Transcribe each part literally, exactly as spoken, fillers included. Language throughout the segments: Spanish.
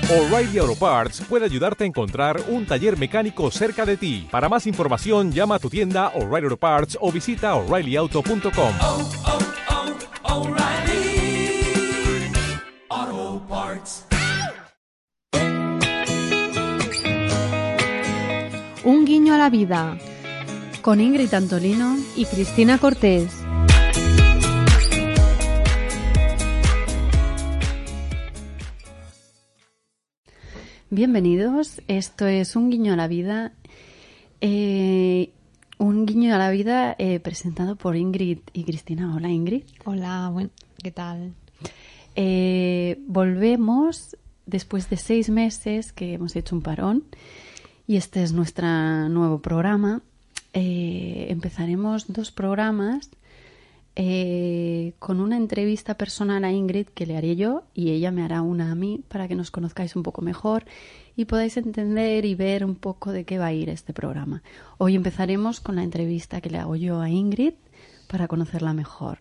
O'Reilly Auto Parts puede ayudarte a encontrar un taller mecánico cerca de ti. Para más información, llama a tu tienda O'Reilly Auto Parts o visita O'Reilly Auto punto com. Oh, oh, oh, O'Reilly Auto Parts. Un guiño a la vida, con Ingrid Antolino y Cristina Cortés. Bienvenidos, esto es Un guiño a la vida, eh, un guiño a la vida eh, presentado por Ingrid y Cristina. Hola, Ingrid. Hola, bueno, ¿qué tal? Eh, volvemos después de seis meses que hemos hecho un parón y este es nuestro nuevo programa. Eh, empezaremos dos programas eh, con una entrevista personal a Ingrid que le haré yo y ella me hará una a mí para que nos conozcáis un poco mejor y podáis entender y ver un poco de qué va a ir este programa. Hoy empezaremos con la entrevista que le hago yo a Ingrid para conocerla mejor.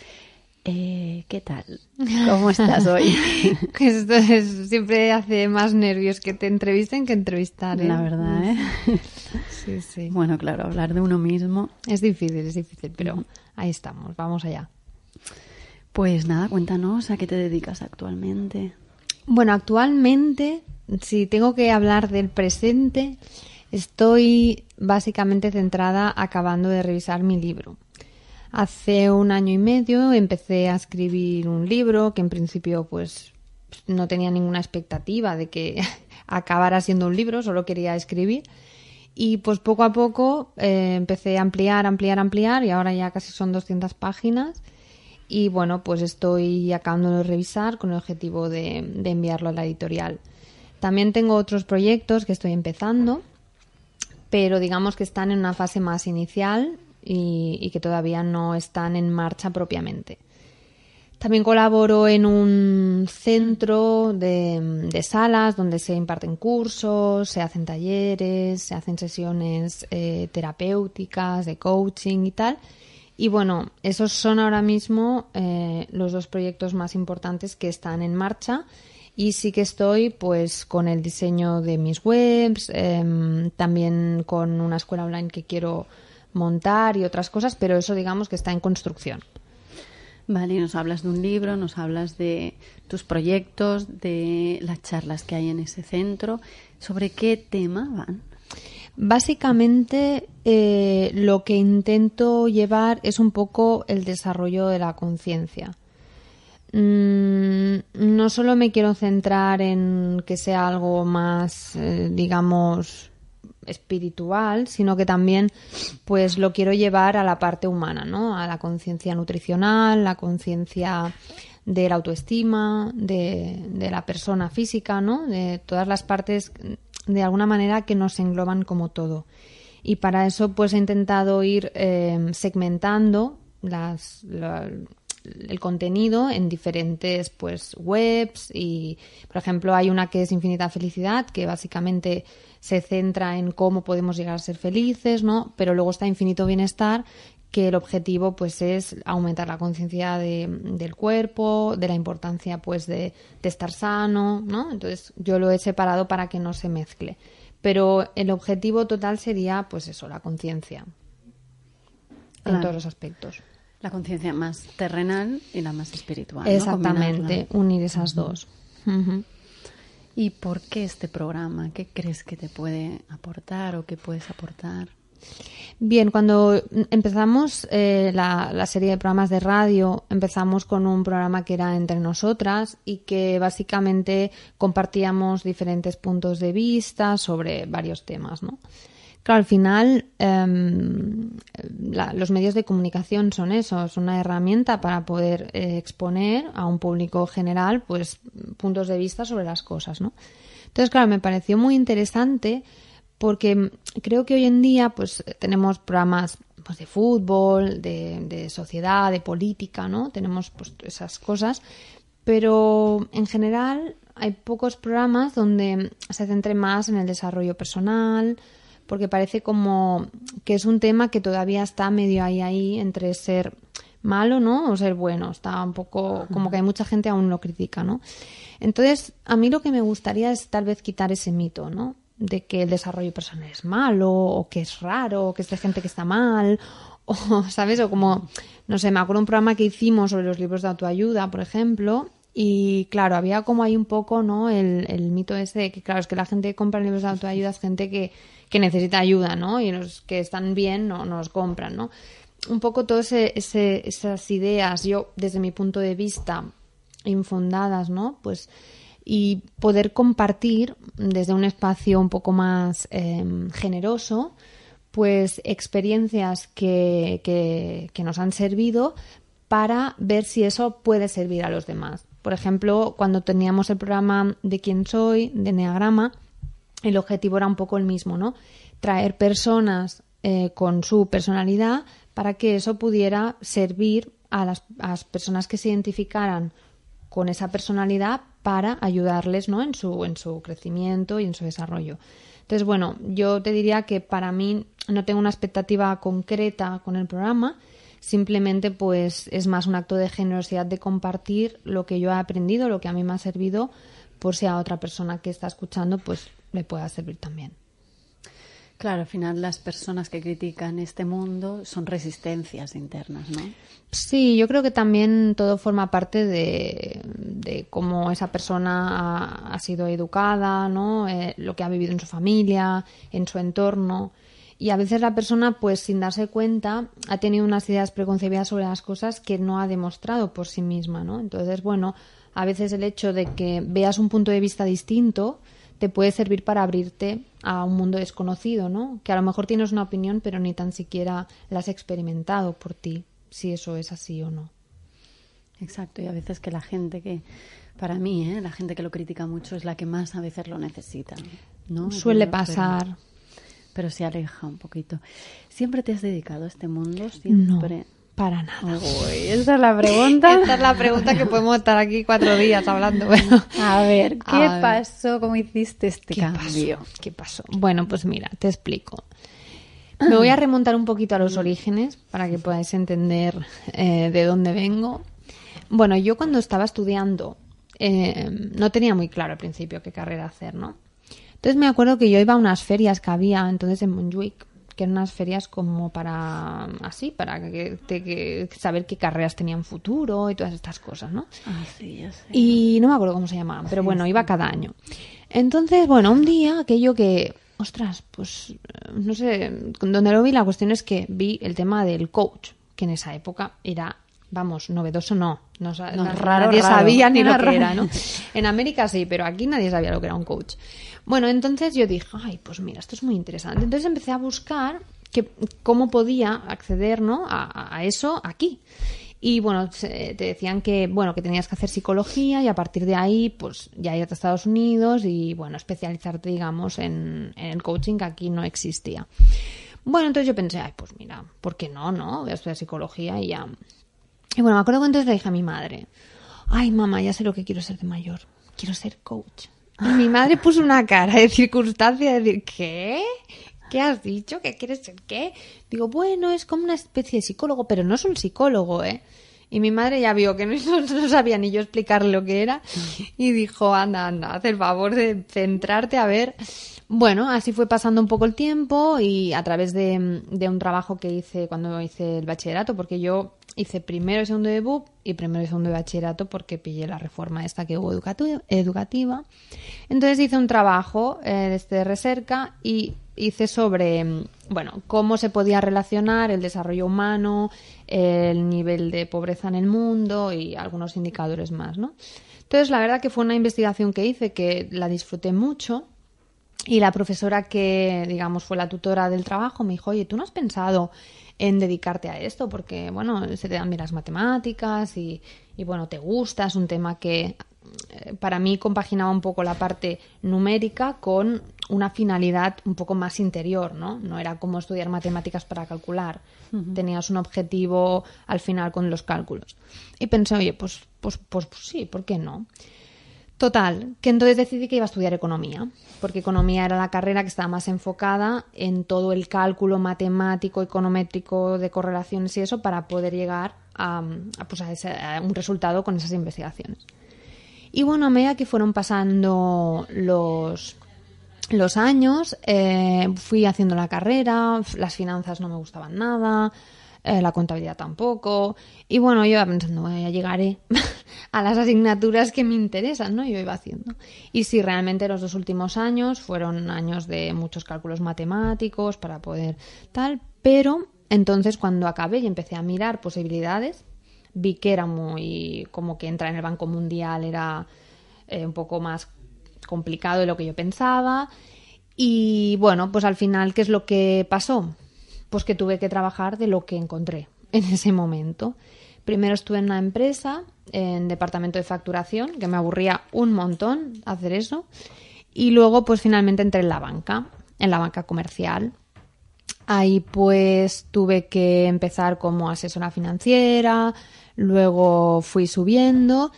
Eh, ¿Qué tal? ¿Cómo estás hoy? Esto es, siempre hace más nervios que te entrevisten que entrevistar, ¿eh? La verdad, ¿eh? Sí, sí. Bueno, claro, hablar de uno mismo Es difícil, es difícil, pero ahí estamos, vamos allá. Pues nada, cuéntanos a qué te dedicas actualmente. Bueno, actualmente, si tengo que hablar del presente, estoy básicamente centrada acabando de revisar mi libro. Hace un año y medio empecé a escribir un libro que en principio pues no tenía ninguna expectativa de que acabara siendo un libro, solo quería escribir. Y pues poco a poco eh, empecé a ampliar, ampliar, ampliar y ahora ya casi son doscientas páginas. Y bueno, pues estoy acabando de revisar con el objetivo de, de enviarlo a la editorial. También tengo otros proyectos que estoy empezando, pero digamos que están en una fase más inicial y, y que todavía no están en marcha propiamente. También colaboro en un centro de, de salas donde se imparten cursos, se hacen talleres, se hacen sesiones eh, terapéuticas, de coaching y tal. Y bueno, esos son ahora mismo eh, los dos proyectos más importantes que están en marcha. Y sí que estoy pues con el diseño de mis webs, eh, también con una escuela online que quiero montar y otras cosas, pero eso digamos que está en construcción. Vale, nos hablas de un libro, nos hablas de tus proyectos, de las charlas que hay en ese centro. ¿Sobre qué tema van? Básicamente eh, lo que intento llevar es un poco el desarrollo de la conciencia. Mm, no solo me quiero centrar en que sea algo más, eh, digamos, espiritual, sino que también pues lo quiero llevar a la parte humana, ¿no? A la conciencia nutricional, la conciencia de la autoestima, de, de la persona física, ¿no? De todas las partes de alguna manera que nos engloban como todo. Y para eso pues he intentado ir eh, segmentando las, la, el contenido en diferentes pues webs y, por ejemplo, hay una que es Infinita Felicidad, que básicamente se centra en cómo podemos llegar a ser felices, ¿no? Pero luego está Infinito Bienestar, que el objetivo pues es aumentar la conciencia de, del cuerpo, de la importancia pues de, de estar sano, ¿no? Entonces yo lo he separado para que no se mezcle. Pero el objetivo total sería pues eso, la conciencia en todos los aspectos. La conciencia más terrenal y la más espiritual. Exactamente, ¿no? unir esas uh-huh. dos. Uh-huh. ¿Y por qué este programa? ¿Qué crees que te puede aportar o qué puedes aportar? Bien, cuando empezamos eh, la, la serie de programas de radio, empezamos con un programa que era Entre Nosotras y que básicamente compartíamos diferentes puntos de vista sobre varios temas, ¿no? Claro, al final eh, la, los medios de comunicación son eso, es una herramienta para poder eh, exponer a un público general pues puntos de vista sobre las cosas, ¿no? Entonces, claro, me pareció muy interesante porque creo que hoy en día pues tenemos programas pues, de fútbol, de, de sociedad, de política, ¿no? Tenemos pues esas cosas, pero en general hay pocos programas donde se centre más en el desarrollo personal, porque parece como que es un tema que todavía está medio ahí ahí entre ser malo, ¿no? O ser bueno. Está un poco, como que hay mucha gente aún lo critica, ¿no? Entonces, a mí lo que me gustaría es tal vez quitar ese mito, ¿no? De que el desarrollo personal es malo, o que es raro, o que es de gente que está mal, o, ¿sabes? O como, no sé, me acuerdo un programa que hicimos sobre los libros de autoayuda, por ejemplo, y claro, había como ahí un poco, ¿no? El, el mito ese de que, claro, es que la gente que compra libros de autoayuda es gente que, que necesita ayuda, ¿no? Y los que están bien no, no los compran, ¿no? Un poco todas ese, ese, esas ideas, yo, desde mi punto de vista, infundadas, ¿no? Pues, y poder compartir desde un espacio un poco más eh, generoso, pues experiencias que, que, que nos han servido para ver si eso puede servir a los demás. Por ejemplo, cuando teníamos el programa de Quién Soy, de Enneagrama, el objetivo era un poco el mismo, ¿no? Traer personas eh, con su personalidad para que eso pudiera servir a las, a las personas que se identificaran con esa personalidad para ayudarles, ¿no? en su, en su crecimiento y en su desarrollo. Entonces, bueno, yo te diría que para mí no tengo una expectativa concreta con el programa, simplemente pues es más un acto de generosidad de compartir lo que yo he aprendido, lo que a mí me ha servido, por si a otra persona que está escuchando pues le pueda servir también. Claro, al final las personas que critican este mundo son resistencias internas, ¿no? Sí, yo creo que también todo forma parte de, de cómo esa persona ha, ha sido educada, ¿no? Eh, lo que ha vivido en su familia, en su entorno. Y a veces la persona, pues sin darse cuenta, ha tenido unas ideas preconcebidas sobre las cosas que no ha demostrado por sí misma, ¿no? Entonces, bueno, a veces el hecho de que veas un punto de vista distinto te puede servir para abrirte a un mundo desconocido, ¿no? Que a lo mejor tienes una opinión, pero ni tan siquiera la has experimentado por ti, si eso es así o no. Exacto, y a veces que la gente que, para mí, ¿eh? la gente que lo critica mucho es la que más a veces lo necesita, ¿no? Suele pero, pasar. Pero, pero se aleja un poquito. ¿Siempre te has dedicado a este mundo? ¿Siempre? No, para nada. Uy, esa es la pregunta. Esta es la pregunta que podemos estar aquí cuatro días hablando. Bueno, a ver, ¿qué a ver. pasó? ¿Cómo hiciste este ¿Qué cambio? pasó? ¿Qué pasó? Bueno, pues mira, te explico. Me voy a remontar un poquito a los orígenes para que podáis entender eh, de dónde vengo. Bueno, yo cuando estaba estudiando eh, no tenía muy claro al principio qué carrera hacer, ¿no? Entonces me acuerdo que yo iba a unas ferias que había entonces en Montjuic, que eran unas ferias como para, así, para que, que, que saber qué carreras tenían futuro y todas estas cosas, ¿no? Ah, sí, ya sé. Y no me acuerdo cómo se llamaban, pero Sí, bueno, sí. iba cada año. Entonces, bueno, un día aquello que, ostras, pues, no sé, donde lo vi, la cuestión es que vi el tema del coach, que en esa época era, vamos, novedoso no, no, No, nadie raro, nadie raro. sabía ni Era lo que raro. era, ¿no? En América sí, pero aquí nadie sabía lo que era un coach. Bueno, entonces yo dije, ay, pues mira, esto es muy interesante. Entonces empecé a buscar que, cómo podía acceder, ¿no? a, a eso aquí. Y bueno, se- te decían que, bueno, que tenías que hacer psicología y a partir de ahí, pues ya irte a Estados Unidos y, bueno, especializarte, digamos, en, en el coaching que aquí no existía. Bueno, entonces yo pensé, ay, pues mira, ¿por qué no, no? Voy a estudiar psicología y ya. Y bueno, me acuerdo que entonces le dije a mi madre, ay, mamá, ya sé lo que quiero ser de mayor. Quiero ser coach. Y mi madre puso una cara de circunstancia de decir, ¿qué? ¿Qué has dicho? ¿Qué quieres ser qué? Digo, bueno, es como una especie de psicólogo, pero no es un psicólogo, ¿eh? Y mi madre ya vio que no, no sabía ni yo explicarle lo que era y dijo, anda, anda, haz el favor de centrarte a ver. Bueno, así fue pasando un poco el tiempo y a través de, de un trabajo que hice cuando hice el bachillerato, porque yo hice primero y segundo de B U P y primero y segundo de bachillerato porque pillé la reforma esta que hubo educatu- educativa. Entonces hice un trabajo eh, desde Recerca y hice sobre, mm, bueno, cómo se podía relacionar el desarrollo humano, el nivel de pobreza en el mundo y algunos indicadores más, ¿no? Entonces, la verdad que fue una investigación que hice que la disfruté mucho y la profesora que, digamos, fue la tutora del trabajo me dijo, oye, ¿tú no has pensado en dedicarte a esto? Porque, bueno, se te dan bien las matemáticas y, y bueno, te gusta, es un tema que eh, para mí compaginaba un poco la parte numérica con una finalidad un poco más interior, ¿no? No era como estudiar matemáticas para calcular. Uh-huh. Tenías un objetivo al final con los cálculos. Y pensé, oye, pues, pues, pues, pues sí, ¿por qué no? Total, que entonces decidí que iba a estudiar economía, porque economía era la carrera que estaba más enfocada en todo el cálculo matemático, econométrico, de correlaciones y eso, para poder llegar a, a, pues a, ese, a un resultado con esas investigaciones. Y bueno, a medida que fueron pasando los, los años, eh, fui haciendo la carrera, las finanzas no me gustaban nada, eh, la contabilidad tampoco. Y bueno, yo iba pensando, bueno, ya llegaré a las asignaturas que me interesan, ¿no? Yo iba haciendo. Y sí, realmente los dos últimos años fueron años de muchos cálculos matemáticos para poder tal, pero entonces cuando acabé y empecé a mirar posibilidades, vi que era muy, como que entrar en el Banco Mundial era eh, un poco más complicado de lo que yo pensaba. Y bueno, pues al final, ¿qué es lo que pasó? Pues que tuve que trabajar de lo que encontré en ese momento. Primero estuve en una empresa, en departamento de facturación, que me aburría un montón hacer eso. Y luego, pues finalmente entré en la banca, en la banca comercial. Ahí pues tuve que empezar como asesora financiera, luego fui subiendo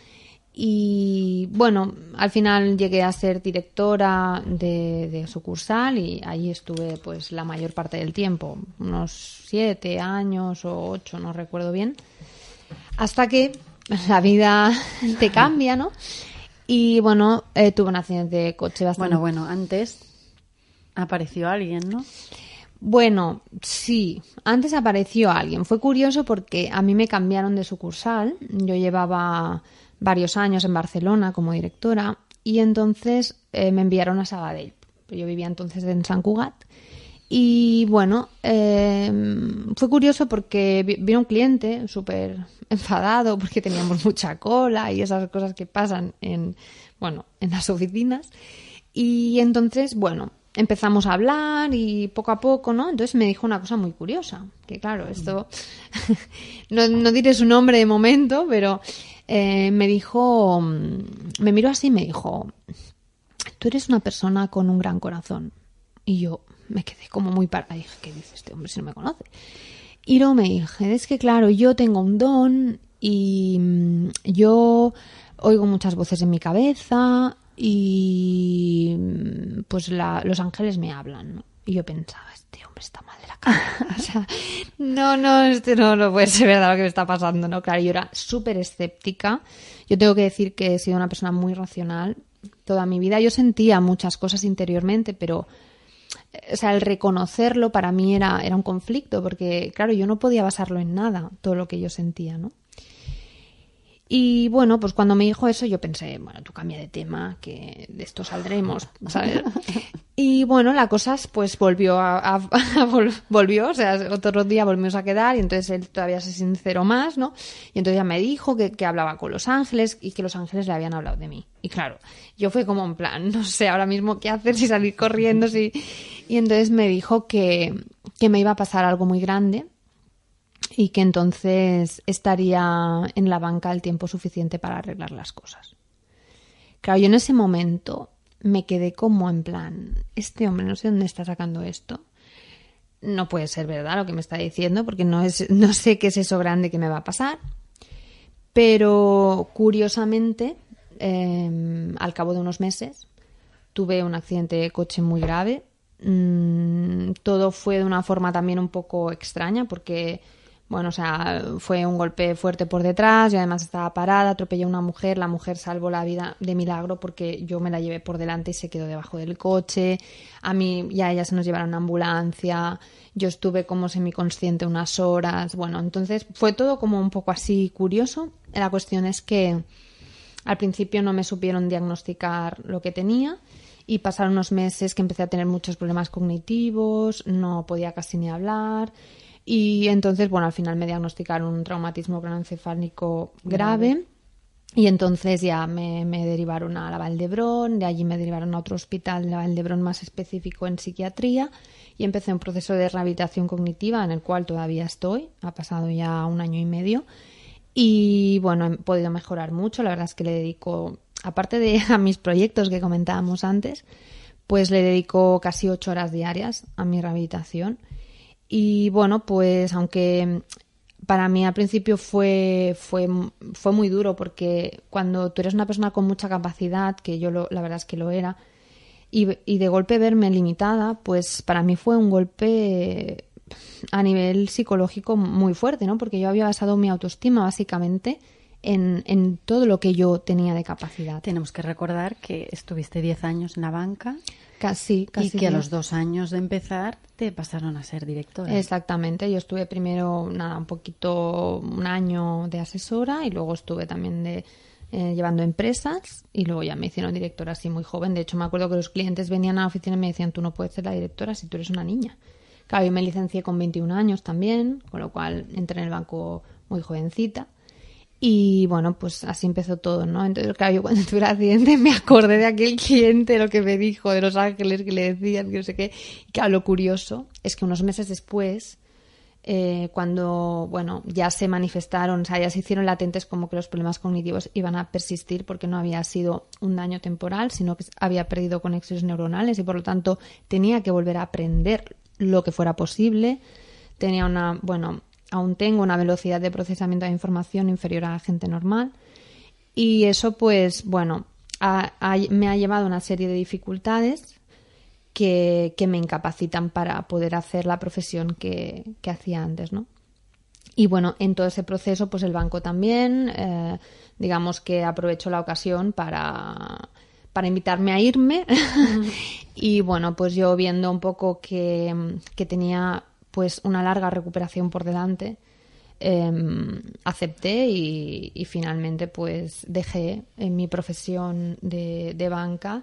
y bueno, al final llegué a ser directora de, de sucursal y ahí estuve pues la mayor parte del tiempo, unos siete años o ocho, no recuerdo bien, hasta que la vida te cambia, ¿no? Y bueno, eh, tuve un accidente de coche bastante... Bueno, bueno, antes apareció alguien, ¿no? Bueno, sí, antes apareció alguien. Fue curioso porque a mí me cambiaron de sucursal. Yo llevaba varios años en Barcelona como directora y entonces eh, me enviaron a Sabadell. Yo vivía entonces en Sant Cugat. Y bueno, eh, fue curioso porque vi- vino un cliente súper enfadado porque teníamos mucha cola y esas cosas que pasan en, bueno, en las oficinas. Y entonces, bueno, empezamos a hablar y poco a poco, ¿no? Entonces me dijo una cosa muy curiosa, que claro, esto no, no diré su nombre de momento, pero eh, me dijo, me miró así y me dijo, tú eres una persona con un gran corazón. Y yo me quedé como muy parada. Dije, ¿qué dice este hombre si no me conoce? Y luego me dije, es que claro, yo tengo un don y mm, yo oigo muchas voces en mi cabeza y mm, pues la, los ángeles me hablan, ¿no? Y yo pensaba, este hombre está mal de la cabeza. O sea, no, no, este no, no puede ser verdad lo que me está pasando, ¿no? Claro, yo era súper escéptica. Yo tengo que decir que he sido una persona muy racional toda mi vida. Yo sentía muchas cosas interiormente, pero o sea, el reconocerlo para mí era, era un conflicto, porque claro, yo no podía basarlo en nada, todo lo que yo sentía, ¿no? Y bueno, pues cuando me dijo eso yo pensé, bueno, tú cambia de tema, que de esto saldremos, ¿sabes? Y bueno, la cosa pues volvió a, a, a vol, volvió, o sea, otro día volvimos a quedar y entonces él todavía se sinceró más, ¿no? Y entonces ya me dijo que, que hablaba con los ángeles y que los ángeles le habían hablado de mí. Y claro, yo fui como en plan, no sé ahora mismo qué hacer, si salir corriendo, si... Y entonces me dijo que, que me iba a pasar algo muy grande y que entonces estaría en la banca el tiempo suficiente para arreglar las cosas. Claro, yo en ese momento me quedé como en plan, este hombre no sé dónde está sacando esto. No puede ser verdad lo que me está diciendo porque no es, no sé qué es eso grande que me va a pasar. Pero curiosamente, eh, al cabo de unos meses, tuve un accidente de coche muy grave. Mm, todo fue de una forma también un poco extraña porque... Bueno, o sea, fue un golpe fuerte por detrás, yo además estaba parada, atropellé a una mujer, la mujer salvó la vida de milagro porque yo me la llevé por delante y se quedó debajo del coche, a mí y a ella se nos llevaron a ambulancia, yo estuve como semiconsciente unas horas, bueno, entonces fue todo como un poco así curioso. La cuestión es que al principio no me supieron diagnosticar lo que tenía y pasaron unos meses que empecé a tener muchos problemas cognitivos, no podía casi ni hablar. Y entonces, bueno, al final me diagnosticaron un traumatismo craneoencefálico grave, grave y entonces ya me, me derivaron a la Valdebrón, de allí me derivaron a otro hospital de la Valdebrón más específico en psiquiatría y empecé un proceso de rehabilitación cognitiva en el cual todavía estoy, ha pasado ya un año y medio y bueno, he podido mejorar mucho, la verdad es que le dedico, aparte de a mis proyectos que comentábamos antes, pues le dedico casi ocho horas diarias a mi rehabilitación. Y bueno, pues aunque para mí al principio fue, fue, fue muy duro porque cuando tú eres una persona con mucha capacidad, que yo lo, la verdad es que lo era, y, y de golpe verme limitada, pues para mí fue un golpe a nivel psicológico muy fuerte, ¿no? Porque yo había basado mi autoestima básicamente en, en todo lo que yo tenía de capacidad. Tenemos que recordar que estuviste diez años en la banca. Casi, casi. Y que diez. a los dos años de empezar te pasaron a ser directora. Exactamente. Yo estuve primero, nada, un poquito, un año de asesora y luego estuve también de eh, llevando empresas y luego ya me hicieron directora así muy joven. De hecho, me acuerdo que los clientes venían a la oficina y me decían, tú no puedes ser la directora si tú eres una niña. Claro, yo me licencié con veintiún años también, con lo cual entré en el banco muy jovencita. Y bueno, pues así empezó todo, ¿no? Entonces, claro, yo cuando tuve el accidente me acordé de aquel cliente, lo que me dijo, de los ángeles que le decían, que no sé qué. Y claro, lo curioso es que unos meses después, eh, cuando, bueno, ya se manifestaron, o sea, ya se hicieron latentes como que los problemas cognitivos iban a persistir porque no había sido un daño temporal, sino que había perdido conexiones neuronales y por lo tanto tenía que volver a aprender lo que fuera posible. Tenía una, bueno... aún tengo una velocidad de procesamiento de información inferior a la gente normal y eso pues bueno ha, ha, me ha llevado a una serie de dificultades que, que me incapacitan para poder hacer la profesión que, que hacía antes, ¿no? Y bueno, en todo ese proceso pues el banco también eh, digamos que aprovechó la ocasión para, para invitarme a irme y bueno, pues yo viendo un poco que, que tenía pues una larga recuperación por delante, eh, acepté y, y finalmente pues dejé en mi profesión de, de banca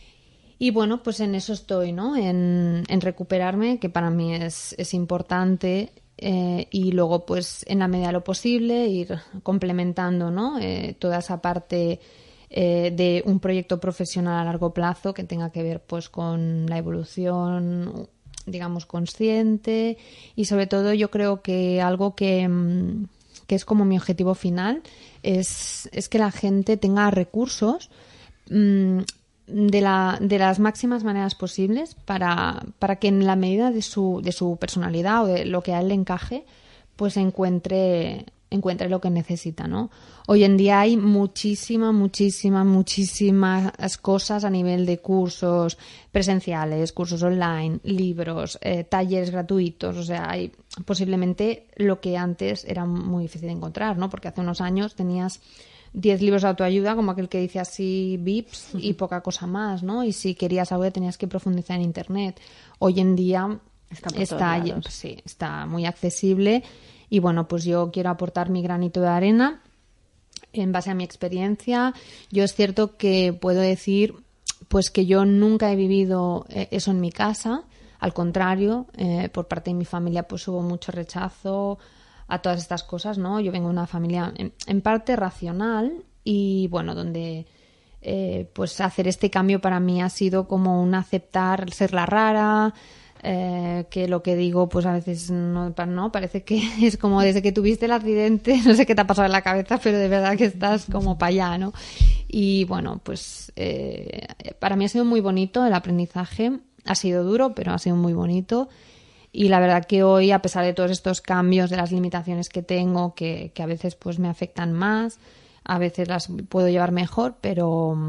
y bueno, pues en eso estoy, ¿no? En, en recuperarme, que para mí es, es importante eh, y luego pues en la medida de lo posible ir complementando, ¿no? Eh, toda esa parte eh, de un proyecto profesional a largo plazo que tenga que ver pues con la evolución, digamos, consciente y sobre todo yo creo que algo que, que es como mi objetivo final es, es que la gente tenga recursos mmm, de, la, de las máximas maneras posibles para, para que en la medida de su, de su personalidad o de lo que a él le encaje pues encuentre, encuentre lo que necesita, ¿no? Hoy en día hay muchísimas, muchísimas, muchísimas cosas a nivel de cursos presenciales, cursos online, libros, eh, talleres gratuitos. O sea, hay posiblemente lo que antes era muy difícil de encontrar, ¿no? Porque hace unos años tenías diez libros de autoayuda, como aquel que dice así, V I Ps, y poca cosa más, ¿no? Y si querías algo tenías que profundizar en Internet. Hoy en día está, por está, sí, está muy accesible y bueno, pues yo quiero aportar mi granito de arena en base a mi experiencia. Yo es cierto que puedo decir pues que yo nunca he vivido eso en mi casa, al contrario, eh, por parte de mi familia pues hubo mucho rechazo a todas estas cosas, ¿no? Yo vengo de una familia en, en parte racional y bueno, donde eh, pues hacer este cambio para mí ha sido como un aceptar ser la rara, Eh, que lo que digo pues a veces no, no parece que es como desde que tuviste el accidente, no sé qué te ha pasado en la cabeza, pero de verdad que estás como para allá, ¿no? Y bueno, pues eh, para mí ha sido muy bonito el aprendizaje, ha sido duro pero ha sido muy bonito y la verdad que hoy, a pesar de todos estos cambios, de las limitaciones que tengo, que, que a veces pues me afectan más, a veces las puedo llevar mejor, pero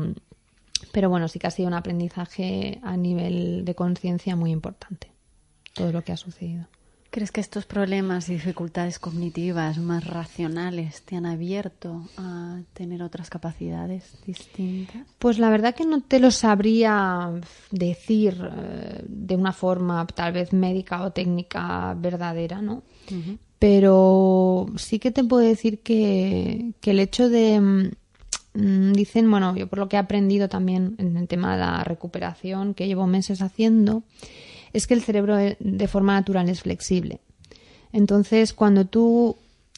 Pero bueno, sí que ha sido un aprendizaje a nivel de conciencia muy importante, todo lo que ha sucedido. ¿Crees que estos problemas y dificultades cognitivas más racionales te han abierto a tener otras capacidades distintas? Pues la verdad que no te lo sabría decir eh, de una forma tal vez médica o técnica verdadera, ¿no? Uh-huh. Pero sí que te puedo decir que, que el hecho de... Dicen, bueno, yo por lo que he aprendido también en el tema de la recuperación, que llevo meses haciendo, es que el cerebro de forma natural es flexible. Entonces, cuando tú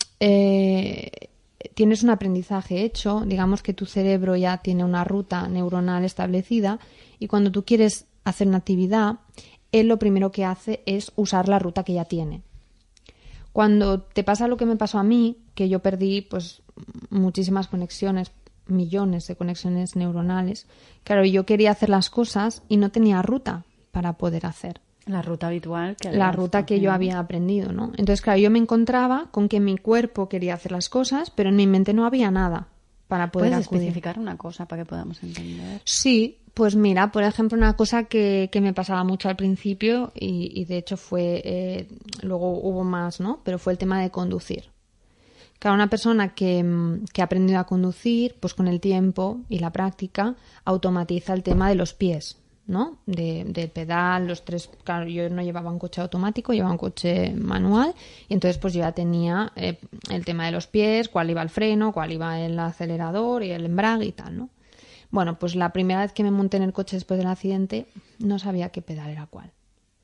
eh, tienes un aprendizaje hecho, digamos que tu cerebro ya tiene una ruta neuronal establecida y cuando tú quieres hacer una actividad, él lo primero que hace es usar la ruta que ya tiene. Cuando te pasa lo que me pasó a mí, que yo perdí pues muchísimas conexiones, millones de conexiones neuronales. Claro, yo quería hacer las cosas y no tenía ruta para poder hacer. La ruta habitual. Que la ruta que yo había aprendido, ¿no? Entonces, claro, yo me encontraba con que mi cuerpo quería hacer las cosas, pero en mi mente no había nada para poder ¿Puedes acudir. especificar una cosa para que podamos entender? Sí, Pues mira, por ejemplo, una cosa que, que me pasaba mucho al principio y, y de hecho fue, eh, luego hubo más, ¿no? Pero fue el tema de conducir. Claro, una persona que, que ha aprendido a conducir, pues con el tiempo y la práctica, automatiza el tema de los pies, ¿no? De, del pedal, los tres... Claro, yo no llevaba un coche automático, llevaba un coche manual y entonces pues yo ya tenía eh, el tema de los pies, cuál iba el freno, cuál iba el acelerador y el embrague y tal, ¿no? Bueno, pues la primera vez que me monté en el coche después del accidente no sabía qué pedal era cuál.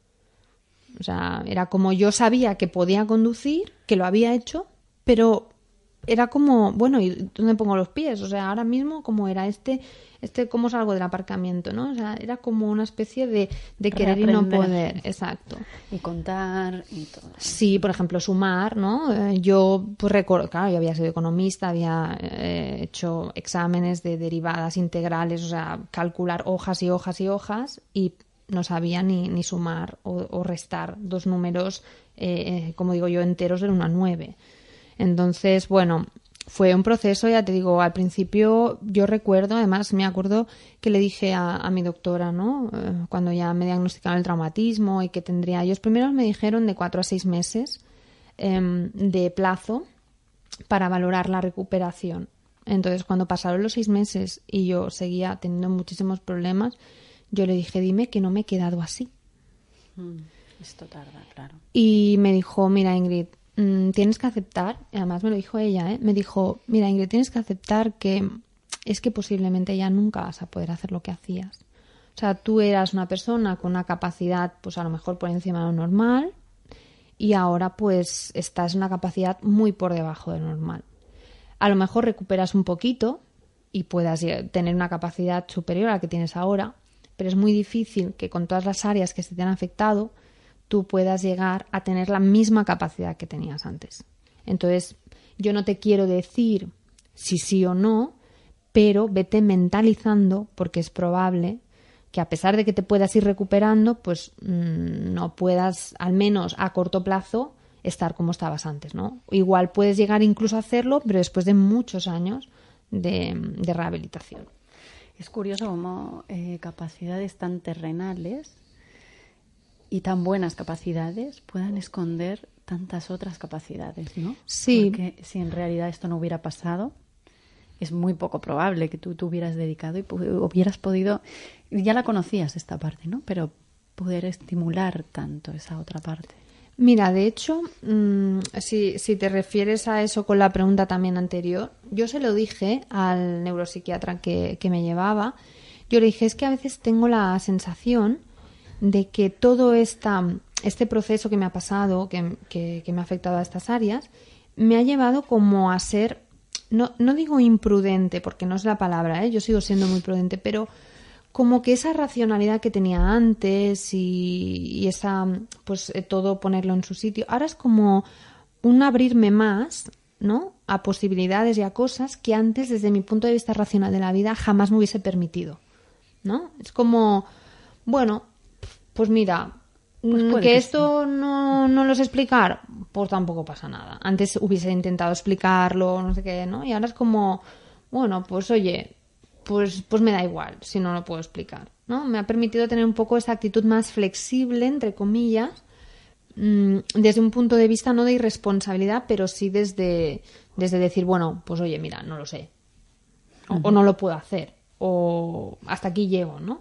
O sea, era como yo sabía que podía conducir, que lo había hecho, pero era como, bueno, ¿y dónde pongo los pies? O sea, ahora mismo, ¿cómo era este, este cómo salgo del aparcamiento, ¿no? O sea, era como una especie de, de querer y no poder. Exacto. Y contar y todo. Sí, por ejemplo, sumar, ¿no? Eh, yo, pues recuerdo, claro, yo había sido economista, había eh, hecho exámenes de derivadas integrales, o sea, calcular hojas y hojas y hojas y no sabía ni, ni sumar o, o restar dos números, eh, como digo yo, enteros del uno a nueve. Entonces, bueno, fue un proceso, ya te digo, al principio yo recuerdo, además me acuerdo que le dije a, a mi doctora, ¿no? Eh, cuando ya me diagnosticaron el traumatismo y que tendría, ellos primero me dijeron de cuatro a seis meses eh, de plazo para valorar la recuperación. Entonces, cuando pasaron los seis meses y yo seguía teniendo muchísimos problemas, yo le dije, dime que no me he quedado así. Mm, esto tarda, claro. Y me dijo, mira, Ingrid, tienes que aceptar, y además me lo dijo ella, ¿eh? Me dijo, mira Ingrid, tienes que aceptar que es que posiblemente ya nunca vas a poder hacer lo que hacías. O sea, tú eras una persona con una capacidad, pues a lo mejor por encima de lo normal, y ahora pues estás en una capacidad muy por debajo de lo normal. A lo mejor recuperas un poquito y puedas tener una capacidad superior a la que tienes ahora, pero es muy difícil que con todas las áreas que se te han afectado tú puedas llegar a tener la misma capacidad que tenías antes. Entonces, yo no te quiero decir si sí o no, pero vete mentalizando porque es probable que a pesar de que te puedas ir recuperando, pues mmm, no puedas, al menos a corto plazo, estar como estabas antes, ¿no? Igual puedes llegar incluso a hacerlo, pero después de muchos años de, de rehabilitación. Es curioso cómo eh, capacidades tan terrenales y tan buenas capacidades puedan esconder tantas otras capacidades, ¿no? Sí. Porque si en realidad esto no hubiera pasado, es muy poco probable que tú te hubieras dedicado y pu- hubieras podido, ya la conocías esta parte, ¿no? Pero poder estimular tanto esa otra parte. Mira, de hecho, mmm, si, si te refieres a eso con la pregunta también anterior, yo se lo dije al neuropsiquiatra que, que me llevaba. Yo le dije, es que a veces tengo la sensación de que todo esta, este proceso que me ha pasado, que, que, que me ha afectado a estas áreas, me ha llevado como a ser, no, no digo imprudente, porque no es la palabra, ¿eh? Yo sigo siendo muy prudente, pero como que esa racionalidad que tenía antes y, y esa, pues todo ponerlo en su sitio, ahora es como un abrirme más, ¿no? A posibilidades y a cosas que antes, desde mi punto de vista racional de la vida, jamás me hubiese permitido, ¿no? Es como, bueno, pues mira, pues que, que esto sí. no, no lo sé explicar, pues tampoco pasa nada. Antes hubiese intentado explicarlo, no sé qué, ¿no? Y ahora es como, bueno, pues oye, pues, pues me da igual si no lo puedo explicar, ¿no? Me ha permitido tener un poco esa actitud más flexible, entre comillas, mmm, desde un punto de vista no de irresponsabilidad, pero sí desde, desde decir, bueno, pues oye, mira, no lo sé. O, uh-huh. o no lo puedo hacer. O hasta aquí llego, ¿no?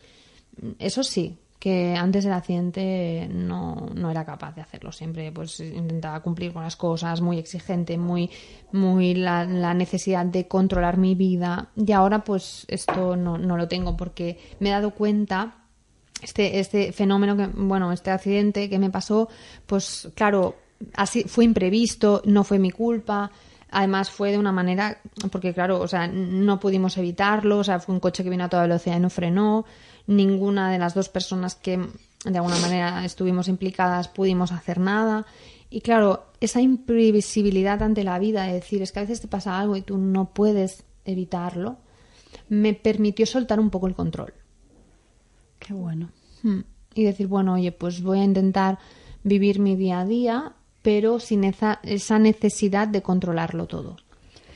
Eso sí, que antes del accidente no, no era capaz de hacerlo. Siempre pues intentaba cumplir con las cosas, muy exigente, muy, muy la, la necesidad de controlar mi vida. Y ahora pues esto no, no lo tengo porque me he dado cuenta, este, este fenómeno, que bueno, este accidente que me pasó, pues claro, así fue imprevisto, no fue mi culpa. Además fue de una manera, porque claro, o sea, no pudimos evitarlo, o sea, fue un coche que vino a toda velocidad y no frenó. Ninguna de las dos personas que de alguna manera estuvimos implicadas pudimos hacer nada. Y claro, esa imprevisibilidad ante la vida, de decir, es que a veces te pasa algo y tú no puedes evitarlo, me permitió soltar un poco el control. Qué bueno. Y decir, bueno, oye, pues voy a intentar vivir mi día a día, pero sin esa, esa necesidad de controlarlo todo.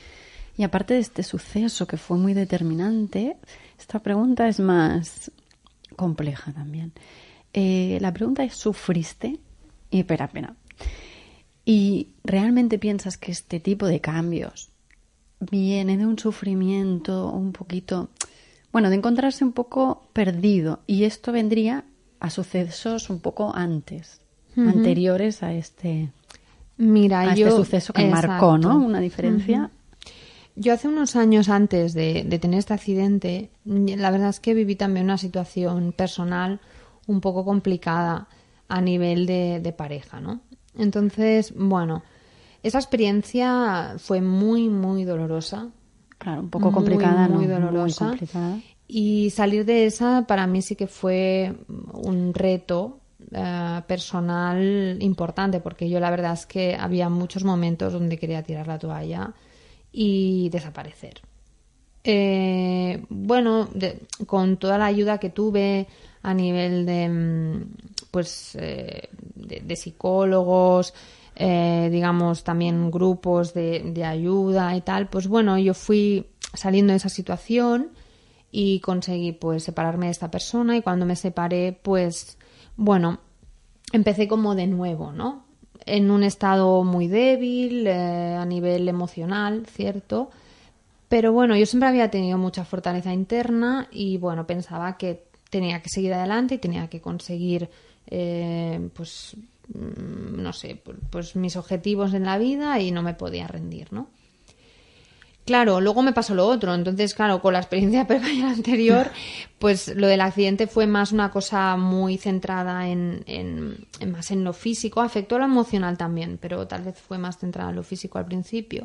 Y aparte de este suceso que fue muy determinante, esta pregunta es más compleja también. Eh, la pregunta es, ¿sufriste? Y espera, espera. ¿Y realmente piensas que este tipo de cambios viene de un sufrimiento un poquito, bueno, de encontrarse un poco perdido? Y esto vendría a sucesos un poco antes, uh-huh. anteriores a este, Mira, a yo, este suceso que exacto. marcó, ¿no? Una diferencia. Uh-huh. Yo hace unos años antes de, de tener este accidente, la verdad es que viví también una situación personal un poco complicada a nivel de, de pareja, ¿no? Entonces, bueno, esa experiencia fue muy, muy dolorosa. Claro, un poco complicada, muy, muy ¿no? dolorosa. Muy complicada. Y salir de esa para mí sí que fue un reto uh, personal importante, porque yo la verdad es que había muchos momentos donde quería tirar la toalla y desaparecer. Eh, bueno, de, con toda la ayuda que tuve a nivel de, pues, eh, de, de psicólogos, eh, digamos, también grupos de, de ayuda y tal, pues bueno, yo fui saliendo de esa situación y conseguí, pues, separarme de esta persona, y cuando me separé, pues, bueno, empecé como de nuevo, ¿no? En un estado muy débil, eh, a nivel emocional, ¿cierto? Pero bueno, yo siempre había tenido mucha fortaleza interna y bueno, pensaba que tenía que seguir adelante y tenía que conseguir, eh, pues, no sé, pues mis objetivos en la vida y no me podía rendir, ¿no? Claro, luego me pasó lo otro. Entonces, claro, con la experiencia previa y la anterior, pues lo del accidente fue más una cosa muy centrada en, en, en más en lo físico. Afectó a lo emocional también, pero tal vez fue más centrada en lo físico al principio.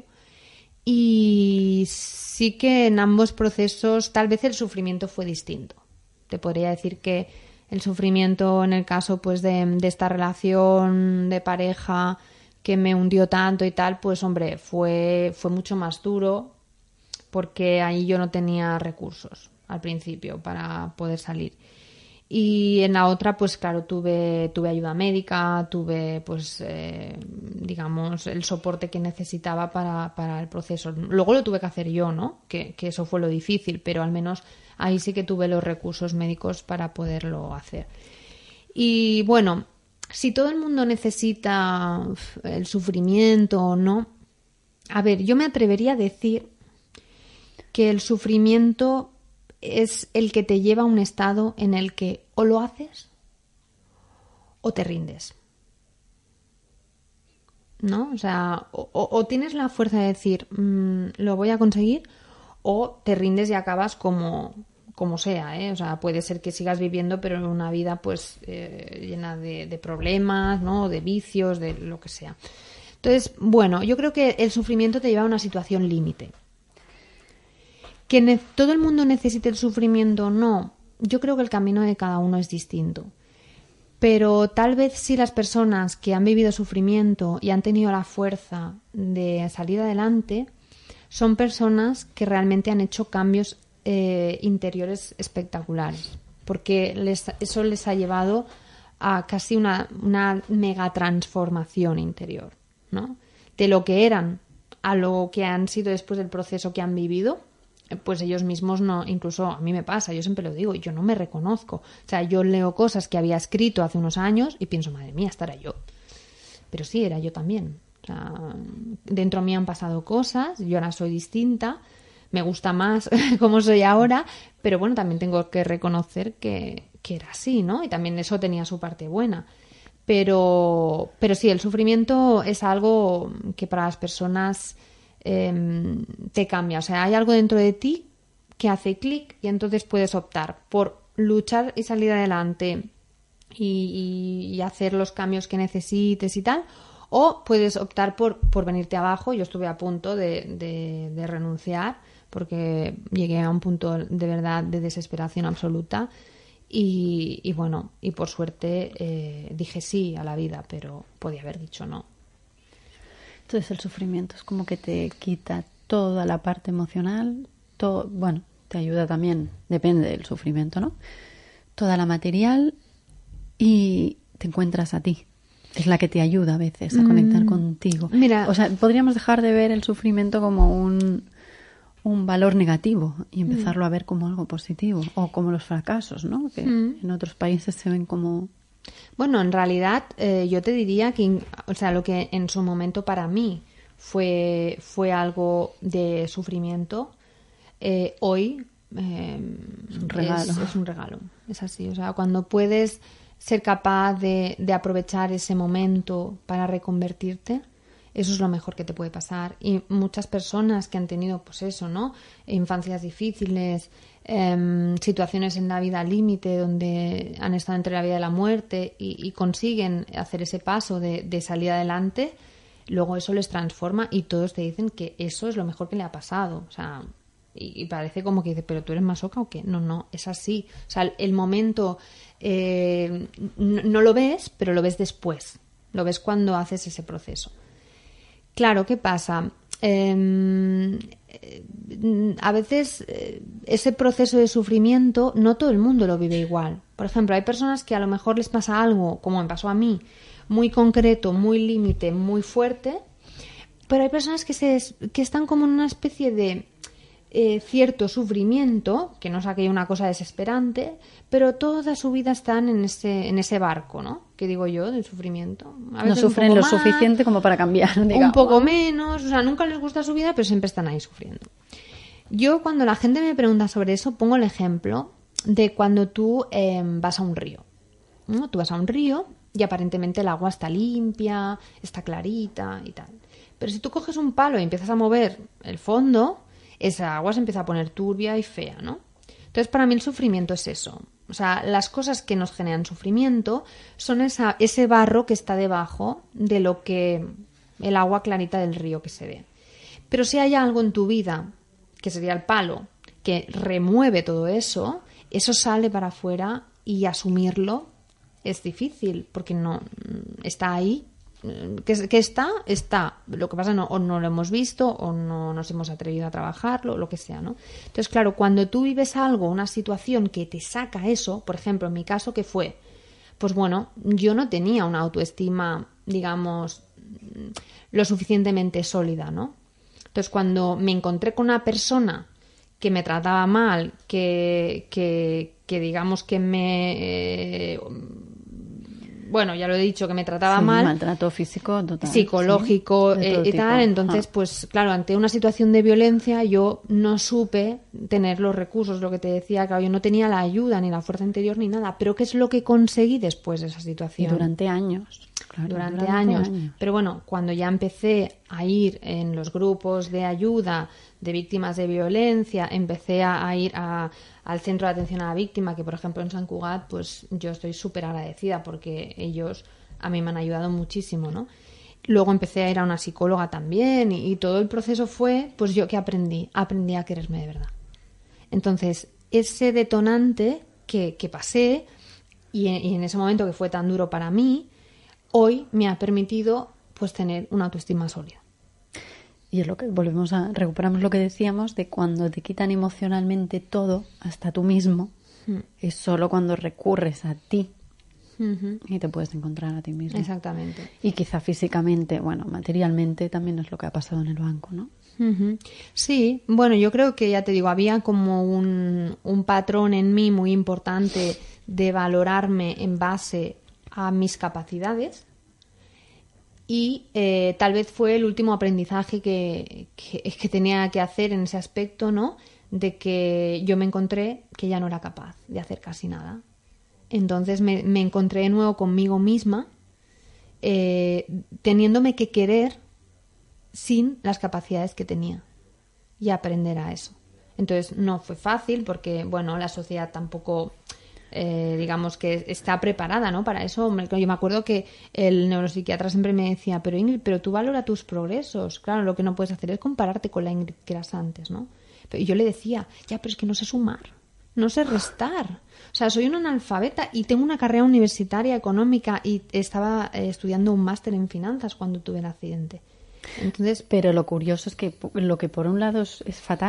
Y sí que en ambos procesos tal vez el sufrimiento fue distinto. Te podría decir que el sufrimiento en el caso, pues, de, de esta relación de pareja que me hundió tanto y tal, pues hombre, fue, fue mucho más duro, porque ahí yo no tenía recursos al principio para poder salir. Y en la otra, pues claro, tuve, tuve ayuda médica, tuve, pues, eh, digamos, el soporte que necesitaba para, para el proceso. Luego lo tuve que hacer yo, ¿no? Que, que eso fue lo difícil, pero al menos ahí sí que tuve los recursos médicos para poderlo hacer. Y bueno, si todo el mundo necesita el sufrimiento o no, a ver, yo me atrevería a decir que el sufrimiento es el que te lleva a un estado en el que o lo haces o te rindes, ¿no? O sea, o, o tienes la fuerza de decir, mmm, lo voy a conseguir, o te rindes y acabas como, como sea, ¿eh? O sea, puede ser que sigas viviendo, pero en una vida, pues, eh, llena de, de problemas, ¿no? De vicios, de lo que sea. Entonces, bueno, yo creo que el sufrimiento te lleva a una situación límite. ¿Que ne- todo el mundo necesite el sufrimiento? No. Yo creo que el camino de cada uno es distinto. Pero tal vez si las personas que han vivido sufrimiento y han tenido la fuerza de salir adelante son personas que realmente han hecho cambios eh, interiores espectaculares. Porque les, eso les ha llevado a casi una, una mega transformación interior, ¿no? De lo que eran a lo que han sido después del proceso que han vivido. Pues ellos mismos no, incluso a mí me pasa, yo siempre lo digo, yo no me reconozco. O sea, yo leo cosas que había escrito hace unos años y pienso, madre mía, esta era yo. Pero sí, era yo también. O sea, dentro mío han pasado cosas, yo ahora soy distinta, me gusta más como soy ahora, pero bueno, también tengo que reconocer que, que era así, ¿no? Y también eso tenía su parte buena. Pero, pero sí, el sufrimiento es algo que para las personas Eh, te cambia, o sea, hay algo dentro de ti que hace clic y entonces puedes optar por luchar y salir adelante y, y, y hacer los cambios que necesites y tal, o puedes optar por, por venirte abajo. Yo estuve a punto de, de, de renunciar porque llegué a un punto de verdad de desesperación absoluta y, y bueno, y por suerte eh, dije sí a la vida, pero podía haber dicho no. Entonces el sufrimiento es como que te quita toda la parte emocional, todo, bueno, te ayuda también, depende del sufrimiento, ¿no? Toda la material y te encuentras a ti. Es la que te ayuda a veces a conectar mm, contigo. Mira, o sea, podríamos dejar de ver el sufrimiento como un un valor negativo y empezarlo mm. a ver como algo positivo, o como los fracasos, ¿no? Que mm. en otros países se ven como... Bueno, en realidad eh, yo te diría que, o sea, lo que en su momento para mí fue, fue algo de sufrimiento, eh, hoy eh, es un regalo. Es, es un regalo, es así. O sea, cuando puedes ser capaz de, de aprovechar ese momento para reconvertirte, eso es lo mejor que te puede pasar. Y muchas personas que han tenido, pues eso, ¿no? Infancias difíciles, eh, situaciones en la vida límite donde han estado entre la vida y la muerte y, y consiguen hacer ese paso de, de salir adelante, luego eso les transforma y todos te dicen que eso es lo mejor que le ha pasado. O sea, y, y parece como que dices, ¿pero tú eres masoca o qué? No, no, es así. O sea, el, el momento eh, no, no lo ves, pero lo ves después. Lo ves cuando haces ese proceso. Claro, ¿qué pasa? Eh, a veces eh, ese proceso de sufrimiento no todo el mundo lo vive igual. Por ejemplo, hay personas que a lo mejor les pasa algo, como me pasó a mí, muy concreto, muy límite, muy fuerte, pero hay personas que, se, que están como en una especie de eh, cierto sufrimiento, que no es aquella una cosa desesperante, pero toda su vida están en ese, en ese barco, ¿no? Que digo yo, del sufrimiento. A veces no sufren lo más, suficiente como para cambiar, digamos. Un poco menos, o sea, nunca les gusta su vida, pero siempre están ahí sufriendo. Yo, cuando la gente me pregunta sobre eso, pongo el ejemplo de cuando tú eh, vas a un río, ¿no? Tú vas a un río y aparentemente el agua está limpia, está clarita y tal. Pero si tú coges un palo y empiezas a mover el fondo, esa agua se empieza a poner turbia y fea, ¿no? Entonces, para mí el sufrimiento es eso. O sea, las cosas que nos generan sufrimiento son esa, ese barro que está debajo de lo que el agua clarita del río que se ve. Pero si hay algo en tu vida, que sería el palo, que remueve todo eso, eso sale para afuera y asumirlo es difícil, porque no está ahí. Que, que está, está. Lo que pasa es no, o no lo hemos visto o no nos hemos atrevido a trabajarlo, lo que sea, ¿no? Entonces, claro, cuando tú vives algo, una situación que te saca eso, por ejemplo, en mi caso, ¿qué fue? Pues bueno, yo no tenía una autoestima, digamos, lo suficientemente sólida, ¿no? Entonces, cuando me encontré con una persona que me trataba mal, que, que, que digamos que me... Eh, bueno, ya lo he dicho, que me trataba sí, mal. Maltrato físico, total. Psicológico, sí, eh, y tal. Entonces, ah. pues claro, ante una situación de violencia yo no supe tener los recursos, lo que te decía, claro, yo no tenía la ayuda, ni la fuerza interior, ni nada. Pero ¿qué es lo que conseguí después de esa situación? Y durante años. Claro, durante, durante años. años. Pero bueno, cuando ya empecé a ir en los grupos de ayuda de víctimas de violencia, empecé a, a ir a, al centro de atención a la víctima, que por ejemplo en Sant Cugat, pues yo estoy súper agradecida porque ellos a mí me han ayudado muchísimo, ¿no? Luego empecé a ir a una psicóloga también y, y todo el proceso fue, pues yo que aprendí, aprendí a quererme de verdad. Entonces, ese detonante que, que pasé y en, y en ese momento que fue tan duro para mí, hoy me ha permitido pues tener una autoestima sólida. Y es lo que volvemos a recuperamos lo que decíamos de cuando te quitan emocionalmente todo, hasta tú mismo, mm. es solo cuando recurres a ti uh-huh. y te puedes encontrar a ti mismo. Exactamente. Y quizá físicamente, bueno, materialmente también es lo que ha pasado en el banco, ¿no? Uh-huh. Sí, bueno, yo creo que ya te digo, había como un, un patrón en mí muy importante de valorarme en base a mis capacidades. Y eh, tal vez fue el último aprendizaje que, que, que tenía que hacer en ese aspecto, ¿no? De que yo me encontré que ya no era capaz de hacer casi nada. Entonces me, me encontré de nuevo conmigo misma, eh, teniéndome que querer sin las capacidades que tenía y aprender a eso. Entonces no fue fácil porque, bueno, la sociedad tampoco... Eh, digamos que está preparada, ¿no? Para eso. Yo me acuerdo que el neuropsiquiatra siempre me decía, pero Ingrid, pero tú valora tus progresos. Claro, lo que no puedes hacer es compararte con la Ingrid que eras antes, ¿no? Pero yo le decía, ya, pero es que no sé sumar, no sé restar. O sea, soy una analfabeta y tengo una carrera universitaria económica y estaba eh, estudiando un máster en finanzas cuando tuve el accidente. Entonces, pero lo curioso es que lo que por un lado es, es fatal,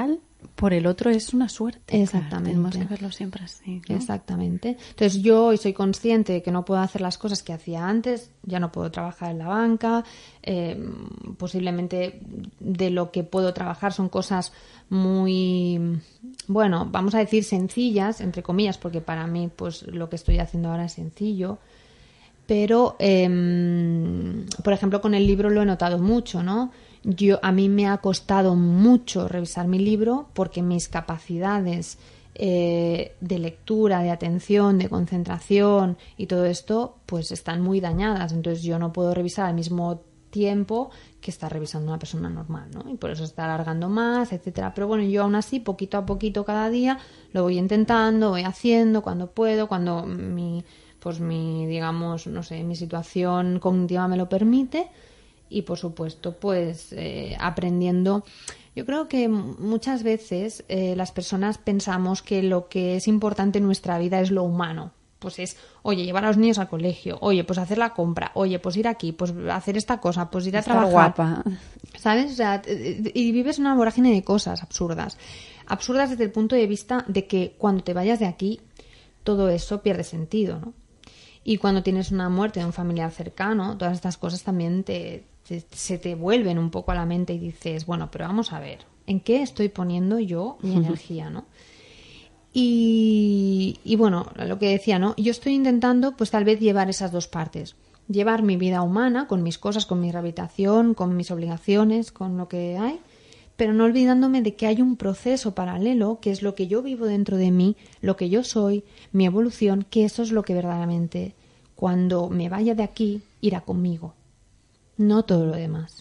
por el otro es una suerte. Exactamente. Claro, tenemos que verlo siempre así, ¿no? Exactamente. Entonces yo hoy soy consciente de que no puedo hacer las cosas que hacía antes, ya no puedo trabajar en la banca, eh, posiblemente de lo que puedo trabajar son cosas muy, bueno, vamos a decir sencillas, entre comillas, porque para mí pues lo que estoy haciendo ahora es sencillo. Pero, eh, por ejemplo, con el libro lo he notado mucho, ¿no? Yo, a mí me ha costado mucho revisar mi libro porque mis capacidades eh, de lectura, de atención, de concentración y todo esto, pues están muy dañadas. Entonces yo no puedo revisar al mismo tiempo que está revisando una persona normal, ¿no? Y por eso está alargando más, etcétera. Pero bueno, yo aún así, poquito a poquito cada día, lo voy intentando, voy haciendo cuando puedo, cuando mi... pues mi, digamos, no sé, mi situación cognitiva me lo permite y, por supuesto, pues eh, aprendiendo. Yo creo que muchas veces eh, las personas pensamos que lo que es importante en nuestra vida es lo humano. Pues es, oye, llevar a los niños al colegio, oye, pues hacer la compra, oye, pues ir aquí, pues hacer esta cosa, pues ir a Estar trabajar. guapa. ¿Sabes? O sea, y vives una vorágine de cosas absurdas. Absurdas desde el punto de vista de que cuando te vayas de aquí, todo eso pierde sentido, ¿no? Y cuando tienes una muerte de un familiar cercano, todas estas cosas también te, te, se te vuelven un poco a la mente y dices, bueno, pero vamos a ver, ¿en qué estoy poniendo yo mi energía, no? Y, y bueno, lo que decía, ¿no? Yo estoy intentando, pues tal vez llevar esas dos partes. Llevar mi vida humana, con mis cosas, con mi rehabilitación, con mis obligaciones, con lo que hay, pero no olvidándome de que hay un proceso paralelo, que es lo que yo vivo dentro de mí, lo que yo soy, mi evolución, que eso es lo que verdaderamente, cuando me vaya de aquí, irá conmigo. No todo lo demás.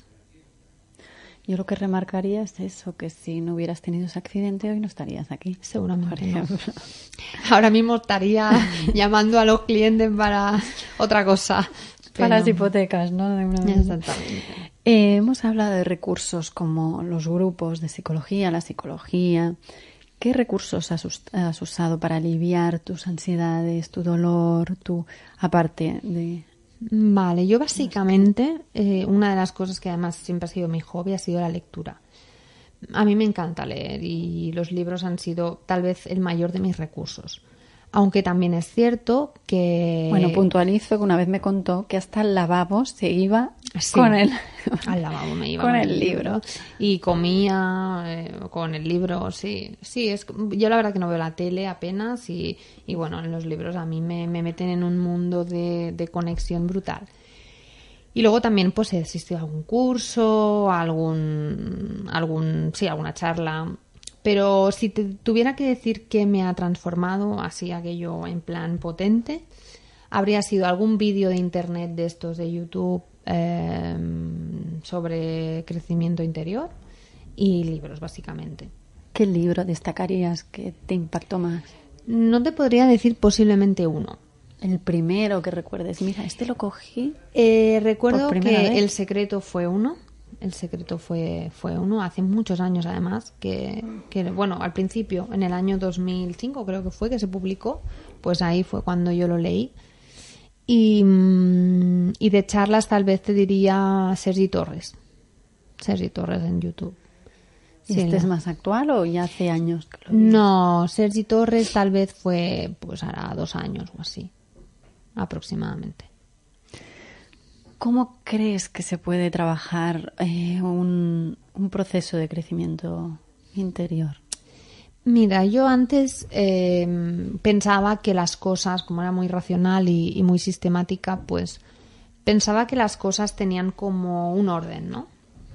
Yo lo que remarcaría es eso, que si no hubieras tenido ese accidente hoy no estarías aquí. Seguramente no. Ahora mismo estaría llamando a los clientes para otra cosa. Para pero... las hipotecas, ¿no? De una... Exactamente. Eh, hemos hablado de recursos como los grupos de psicología, la psicología. ¿Qué recursos has, us- has usado para aliviar tus ansiedades, tu dolor, tu aparte de...? Vale, yo básicamente, eh, una de las cosas que además siempre ha sido mi hobby ha sido la lectura. A mí me encanta leer y los libros han sido tal vez el mayor de mis recursos. Aunque también es cierto que... Bueno, puntualizo que una vez me contó que hasta el lavabo se iba Sí, con el... al lavabo me iba con el libro. y comía eh, con el libro, sí, sí, es yo la verdad que no veo la tele apenas y, y bueno, en los libros a mí me, me meten en un mundo de, de conexión brutal. Y luego también pues he asistido a algún curso, algún, algún, sí, alguna charla. Pero si te tuviera que decir que me ha transformado así aquello en plan potente, habría sido algún vídeo de internet de estos de YouTube eh, sobre crecimiento interior y libros, básicamente. ¿Qué libro destacarías que te impactó más? No te podría decir posiblemente uno. El primero que recuerdes. Mira, este lo cogí. Eh, recuerdo Por que primera vez. El secreto fue uno. El secreto fue, fue uno, hace muchos años además, que, que, bueno, al principio, en el año dos mil cinco creo que fue que se publicó, pues ahí fue cuando yo lo leí. Y, mm, y de charlas tal vez te diría Sergi Torres. Sergi Torres en YouTube. ¿Y Sí, este la- es más actual o ya hace años que lo vi? No, Sergi Torres tal vez fue, pues hará dos años o así, aproximadamente. ¿Cómo crees que se puede trabajar eh, un, un proceso de crecimiento interior? Mira, yo antes eh, pensaba que las cosas, como era muy racional y, y muy sistemática, pues pensaba que las cosas tenían como un orden, ¿no?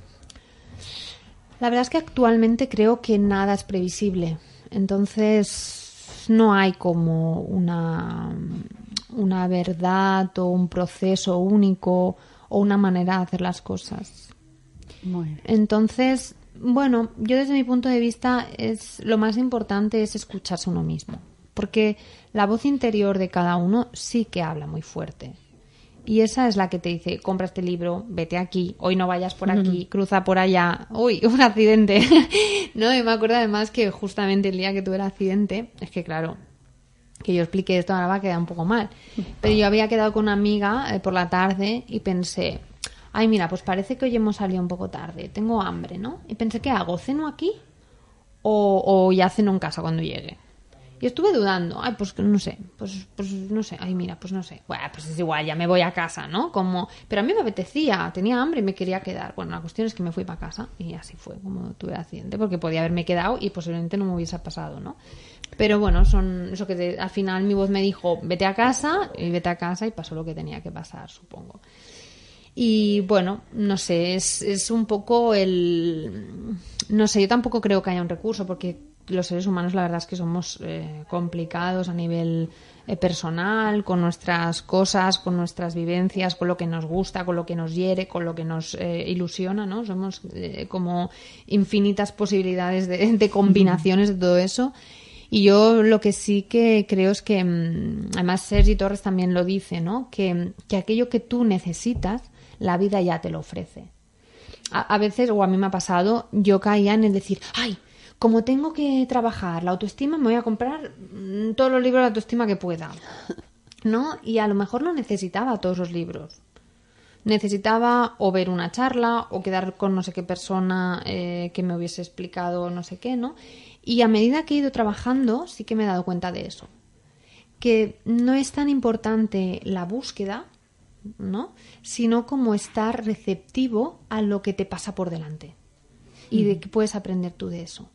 La verdad es que actualmente creo que nada es previsible. Entonces no hay como una, una verdad o un proceso único o una manera de hacer las cosas. Muy bien. Entonces, bueno, yo desde mi punto de vista es lo más importante es escucharse uno mismo, porque la voz interior de cada uno sí que habla muy fuerte. Y esa es la que te dice, compra este libro, vete aquí, hoy no vayas por aquí, cruza por allá, uy, un accidente. No, y me acuerdo además que justamente el día que tuve el accidente, es que claro, que yo expliqué esto ahora va a quedar un poco mal, pero yo había quedado con una amiga eh, por la tarde y pensé, ay mira, pues parece que hoy hemos salido un poco tarde, tengo hambre, ¿no? Y pensé, ¿qué hago? ¿Ceno aquí? o, o ya ceno en casa cuando llegue. Y estuve dudando, ay, pues no sé, pues, pues no sé, ay, mira, pues no sé. Bueno, pues es igual, ya me voy a casa, ¿no? Como... Pero a mí me apetecía, tenía hambre y me quería quedar. Bueno, la cuestión es que me fui para casa y así fue como tuve el accidente, porque podía haberme quedado y posiblemente no me hubiese pasado, ¿no? Pero bueno, son eso que te- al final mi voz me dijo, vete a casa, y vete a casa y pasó lo que tenía que pasar, supongo. Y bueno, no sé, es, es un poco el... No sé, yo tampoco creo que haya un recurso, porque los seres humanos la verdad es que somos eh, complicados a nivel eh, personal, con nuestras cosas, con nuestras vivencias, con lo que nos gusta, con lo que nos hiere, con lo que nos eh, ilusiona, ¿no? Somos eh, como infinitas posibilidades de, de combinaciones de todo eso. Y yo lo que sí que creo es que, mm, además Sergi Torres también lo dice, ¿no? Que, que aquello que tú necesitas, la vida ya te lo ofrece. A, a veces, o a mí me ha pasado, yo caía en el decir, ¡ay! Como tengo que trabajar la autoestima, me voy a comprar mm, todos los libros de autoestima que pueda, ¿no? Y a lo mejor no necesitaba todos los libros. Necesitaba o ver una charla o quedar con no sé qué persona eh, que me hubiese explicado no sé qué, ¿no? Y a medida que he ido trabajando, sí que me he dado cuenta de eso. Que no es tan importante la búsqueda, ¿no? Sino como estar receptivo a lo que te pasa por delante. Y de que puedes aprender tú de eso.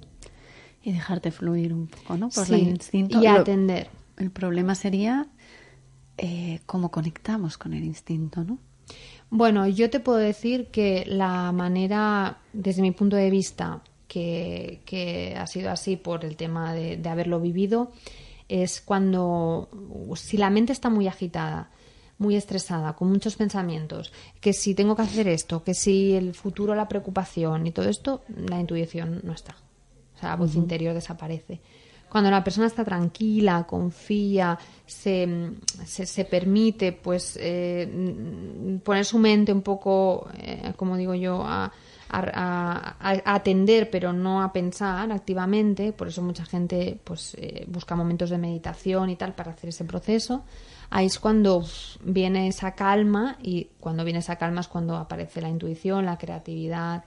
Y dejarte fluir un poco, ¿no? Por Sí, el instinto. y Lo- atender. El problema sería eh, cómo conectamos con el instinto, ¿no? Bueno, yo te puedo decir que la manera, desde mi punto de vista, que, que ha sido así por el tema de, de haberlo vivido, es cuando, si la mente está muy agitada, muy estresada, con muchos pensamientos, que si tengo que hacer esto, que si el futuro, la preocupación y todo esto, la intuición no está. O sea, la voz interior desaparece. Cuando la persona está tranquila, confía, se, se, se permite pues eh, poner su mente un poco, eh, como digo yo, a, a, a- a atender, pero no a pensar activamente. Por eso mucha gente pues eh, busca momentos de meditación y tal para hacer ese proceso. Ahí es cuando uf, viene esa calma, y cuando viene esa calma es cuando aparece la intuición, la creatividad,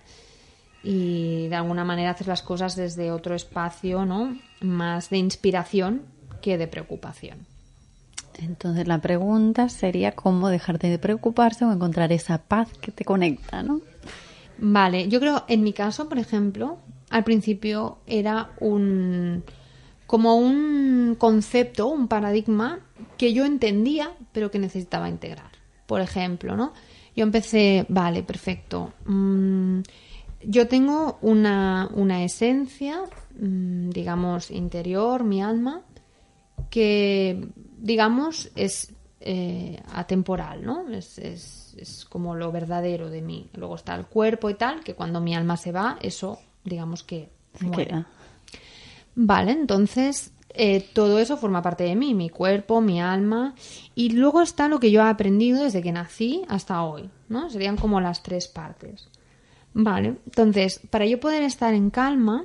y de alguna manera hacer las cosas desde otro espacio, ¿no? Más de inspiración que de preocupación. Entonces la pregunta sería cómo dejarte de preocuparse o encontrar esa paz que te conecta, ¿no? Vale, yo creo, en mi caso, por ejemplo, al principio era un como un concepto, un paradigma que yo entendía, pero que necesitaba integrar. Por ejemplo, ¿no? Yo empecé, vale, perfecto. mm, Yo tengo una, una esencia, mmm, digamos, interior, mi alma, que, digamos, es eh, atemporal, ¿no? Es, es, es como lo verdadero de mí. Luego está el cuerpo y tal, que cuando mi alma se va, eso, digamos que Se muere. queda. Vale, entonces eh, todo eso forma parte de mí, mi cuerpo, mi alma, y luego está lo que yo he aprendido desde que nací hasta hoy, ¿no? Serían como las tres partes. Vale, entonces, para yo poder estar en calma,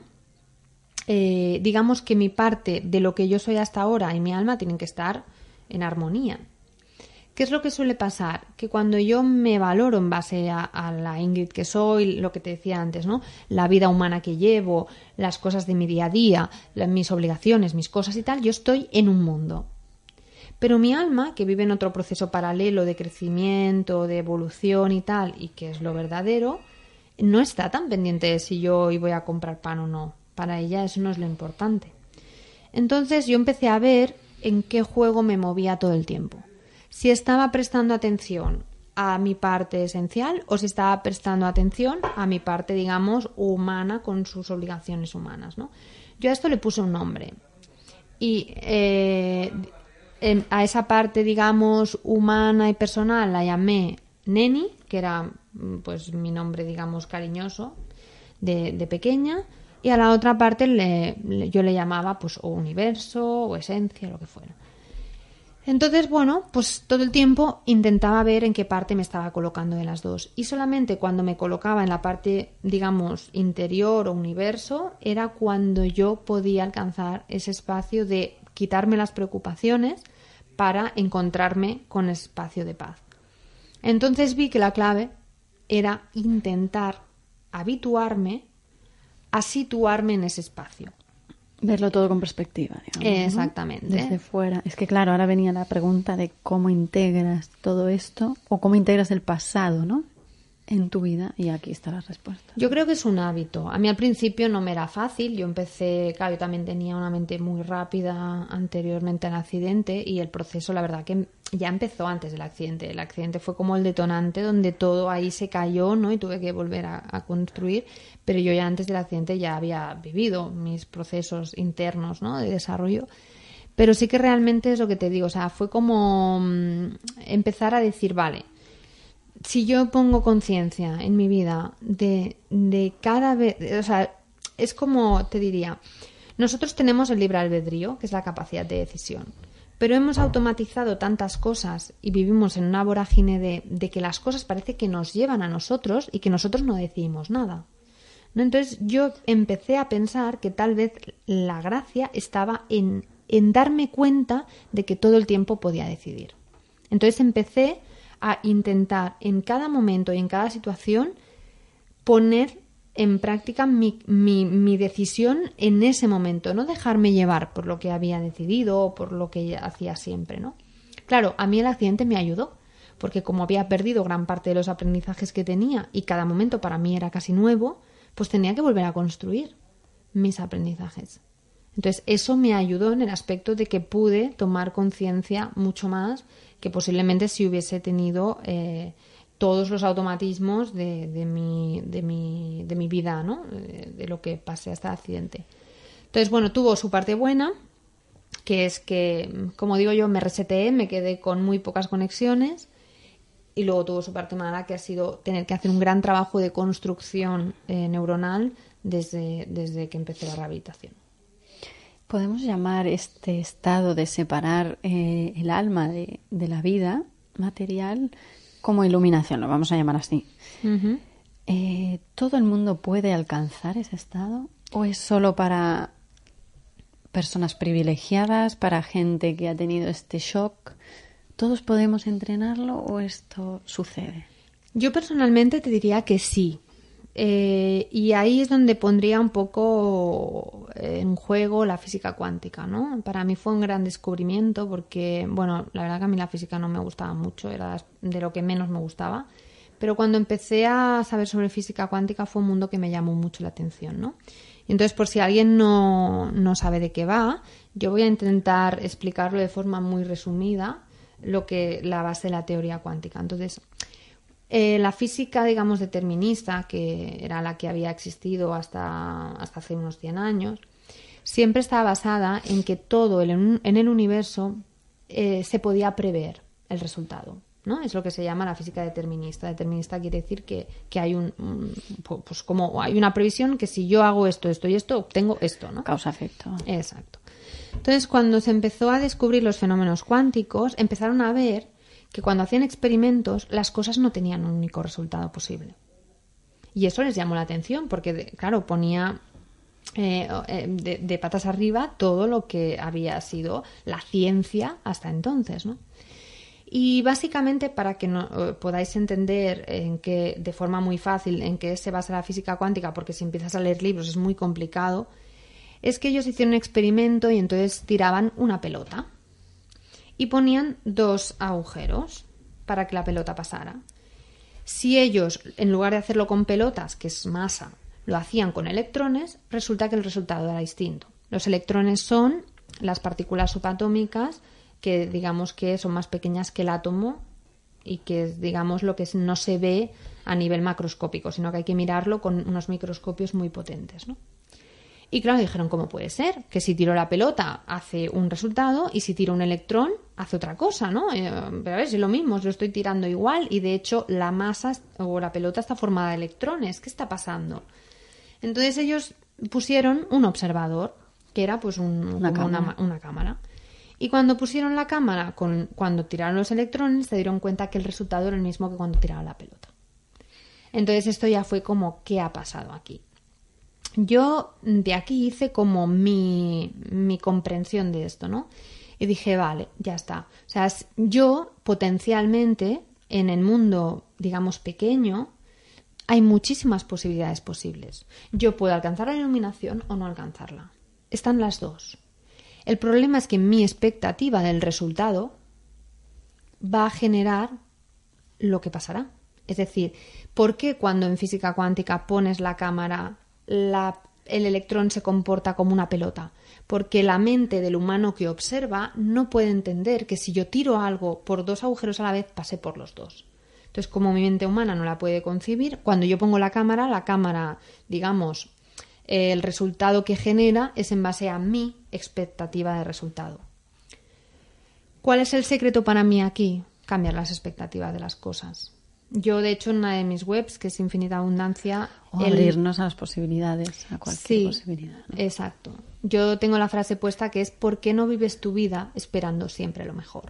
eh, digamos que mi parte de lo que yo soy hasta ahora y mi alma tienen que estar en armonía. ¿Qué es lo que suele pasar? Que cuando yo me valoro en base a, a la Ingrid que soy, lo que te decía antes, ¿no? La vida humana que llevo, las cosas de mi día a día, la- mis obligaciones, mis cosas y tal, yo estoy en un mundo. Pero mi alma, que vive en otro proceso paralelo de crecimiento, de evolución y tal, y que es lo verdadero, no está tan pendiente de si yo hoy voy a comprar pan o no. Para ella eso no es lo importante. Entonces yo empecé a ver en qué juego me movía todo el tiempo. Si estaba prestando atención a mi parte esencial o si estaba prestando atención a mi parte, digamos, humana con sus obligaciones humanas, ¿no? Yo a esto le puse un nombre. Y eh, en- a esa parte, digamos, humana y personal la llamé Neni, que era mm, pues mi nombre, digamos, cariñoso de, de pequeña, y a la otra parte le- le- yo le llamaba pues o universo o esencia, lo que fuera. Entonces, bueno, pues todo el tiempo intentaba ver en qué parte me estaba colocando de las dos. Y solamente cuando me colocaba en la parte, digamos, interior o universo, era cuando yo podía alcanzar ese espacio de quitarme las preocupaciones para encontrarme con espacio de paz. Entonces vi que la clave era intentar habituarme a situarme en ese espacio. Verlo todo con perspectiva, digamos, ¿no? Exactamente. Desde fuera. Es que claro, ahora venía la pregunta de cómo integras todo esto o cómo integras el pasado, ¿no?, en tu vida, y aquí está la respuesta. Yo creo que es un hábito. A mí al principio no me era fácil. Yo empecé, claro, yo también tenía una mente muy rápida anteriormente al accidente, y el proceso, la verdad, que ya empezó antes del accidente. El accidente fue como el detonante donde todo ahí se cayó, ¿no? Y tuve que volver a, a construir. Pero yo ya antes del accidente ya había vivido mis procesos internos, ¿no?, de desarrollo. Pero sí que realmente es lo que te digo. O sea, fue como mmm, empezar a decir, vale, si yo pongo conciencia en mi vida de, de cada vez, o sea, es como te diría, nosotros tenemos el libre albedrío, que es la capacidad de decisión, pero hemos automatizado tantas cosas y vivimos en una vorágine de, de que las cosas parece que nos llevan a nosotros y que nosotros no decidimos nada, ¿no? Entonces yo empecé a pensar que tal vez la gracia estaba en, en darme cuenta de que todo el tiempo podía decidir. Entonces empecé a intentar en cada momento y en cada situación poner en práctica mi, mi, mi decisión en ese momento, no dejarme llevar por lo que había decidido o por lo que hacía siempre, ¿no? Claro, a mí el accidente me ayudó, porque como había perdido gran parte de los aprendizajes que tenía y cada momento para mí era casi nuevo, pues tenía que volver a construir mis aprendizajes. Entonces eso me ayudó en el aspecto de que pude tomar conciencia mucho más que posiblemente si hubiese tenido eh, todos los automatismos de, de, mi, de, mi, de mi vida, ¿no?, de, de lo que pasé hasta el accidente. Entonces, bueno, tuvo su parte buena, que es que, como digo yo, me reseteé, me quedé con muy pocas conexiones, y luego tuvo su parte mala, que ha sido tener que hacer un gran trabajo de construcción eh, neuronal desde, desde que empecé la rehabilitación. Podemos llamar este estado de separar eh, el alma de, de la vida material como iluminación, lo vamos a llamar así. Uh-huh. Eh, ¿Todo el mundo puede alcanzar ese estado? ¿O es solo para personas privilegiadas, para gente que ha tenido este shock? ¿Todos podemos entrenarlo o esto sucede? Yo personalmente te diría que sí. Eh, y ahí es donde pondría un poco en juego la física cuántica, ¿no? Para mí fue un gran descubrimiento porque, bueno, la verdad que a mí la física no me gustaba mucho, era de lo que menos me gustaba, pero cuando empecé a saber sobre física cuántica fue un mundo que me llamó mucho la atención, ¿no? Y entonces, por si alguien no, no sabe de qué va, yo voy a intentar explicarlo de forma muy resumida, lo que la base de la teoría cuántica. Entonces, Eh, la física, digamos, determinista, que era la que había existido hasta, hasta hace unos cien años, siempre estaba basada en que todo el, en el universo eh, se podía prever el resultado, ¿no? Es lo que se llama la física determinista. Determinista quiere decir que, que hay un, un pues como hay una previsión que si yo hago esto, esto y esto, obtengo esto, ¿no? Causa-efecto. Exacto. Entonces, cuando se empezó a descubrir los fenómenos cuánticos, empezaron a ver que cuando hacían experimentos las cosas no tenían un único resultado posible. Y eso les llamó la atención porque, claro, ponía eh, de, de patas arriba todo lo que había sido la ciencia hasta entonces, ¿no? Y básicamente, para que no, eh, podáis entender en qué, de forma muy fácil en qué se basa la física cuántica, porque si empiezas a leer libros es muy complicado, es que ellos hicieron un experimento y entonces tiraban una pelota y ponían dos agujeros para que la pelota pasara. Si ellos, en lugar de hacerlo con pelotas, que es masa, lo hacían con electrones, resulta que el resultado era distinto. Los electrones son las partículas subatómicas que digamos que son más pequeñas que el átomo y que es, digamos, lo que no se ve a nivel macroscópico, sino que hay que mirarlo con unos microscopios muy potentes, ¿no? Y claro, dijeron, ¿cómo puede ser? Que si tiro la pelota hace un resultado y si tiro un electrón hace otra cosa, ¿no? Eh, pero a ver, es lo mismo, lo estoy tirando igual y de hecho la masa o la pelota está formada de electrones. ¿Qué está pasando? Entonces ellos pusieron un observador, que era pues un, una, como cámara. Una, una cámara. Y cuando pusieron la cámara, con, cuando tiraron los electrones, se dieron cuenta que el resultado era el mismo que cuando tiraron la pelota. Entonces esto ya fue como, ¿qué ha pasado aquí? Yo de aquí hice como mi, mi comprensión de esto, ¿no? Y dije, vale, ya está. O sea, yo potencialmente en el mundo, digamos, pequeño, hay muchísimas posibilidades posibles. Yo puedo alcanzar la iluminación o no alcanzarla. Están las dos. El problema es que mi expectativa del resultado va a generar lo que pasará. Es decir, ¿por qué cuando en física cuántica pones la cámara, la, el electrón se comporta como una pelota? Porque la mente del humano que observa no puede entender que si yo tiro algo por dos agujeros a la vez, pase por los dos. Entonces, como mi mente humana no la puede concebir, cuando yo pongo la cámara, la cámara, digamos, eh, el resultado que genera es en base a mi expectativa de resultado. ¿Cuál es el secreto para mí aquí? Cambiar las expectativas de las cosas. Yo, de hecho, en una de mis webs, que es Infinita Abundancia... O el... abrirnos a las posibilidades, a cualquier sí, posibilidad, ¿no? Exacto. Yo tengo la frase puesta que es ¿por qué no vives tu vida esperando siempre lo mejor?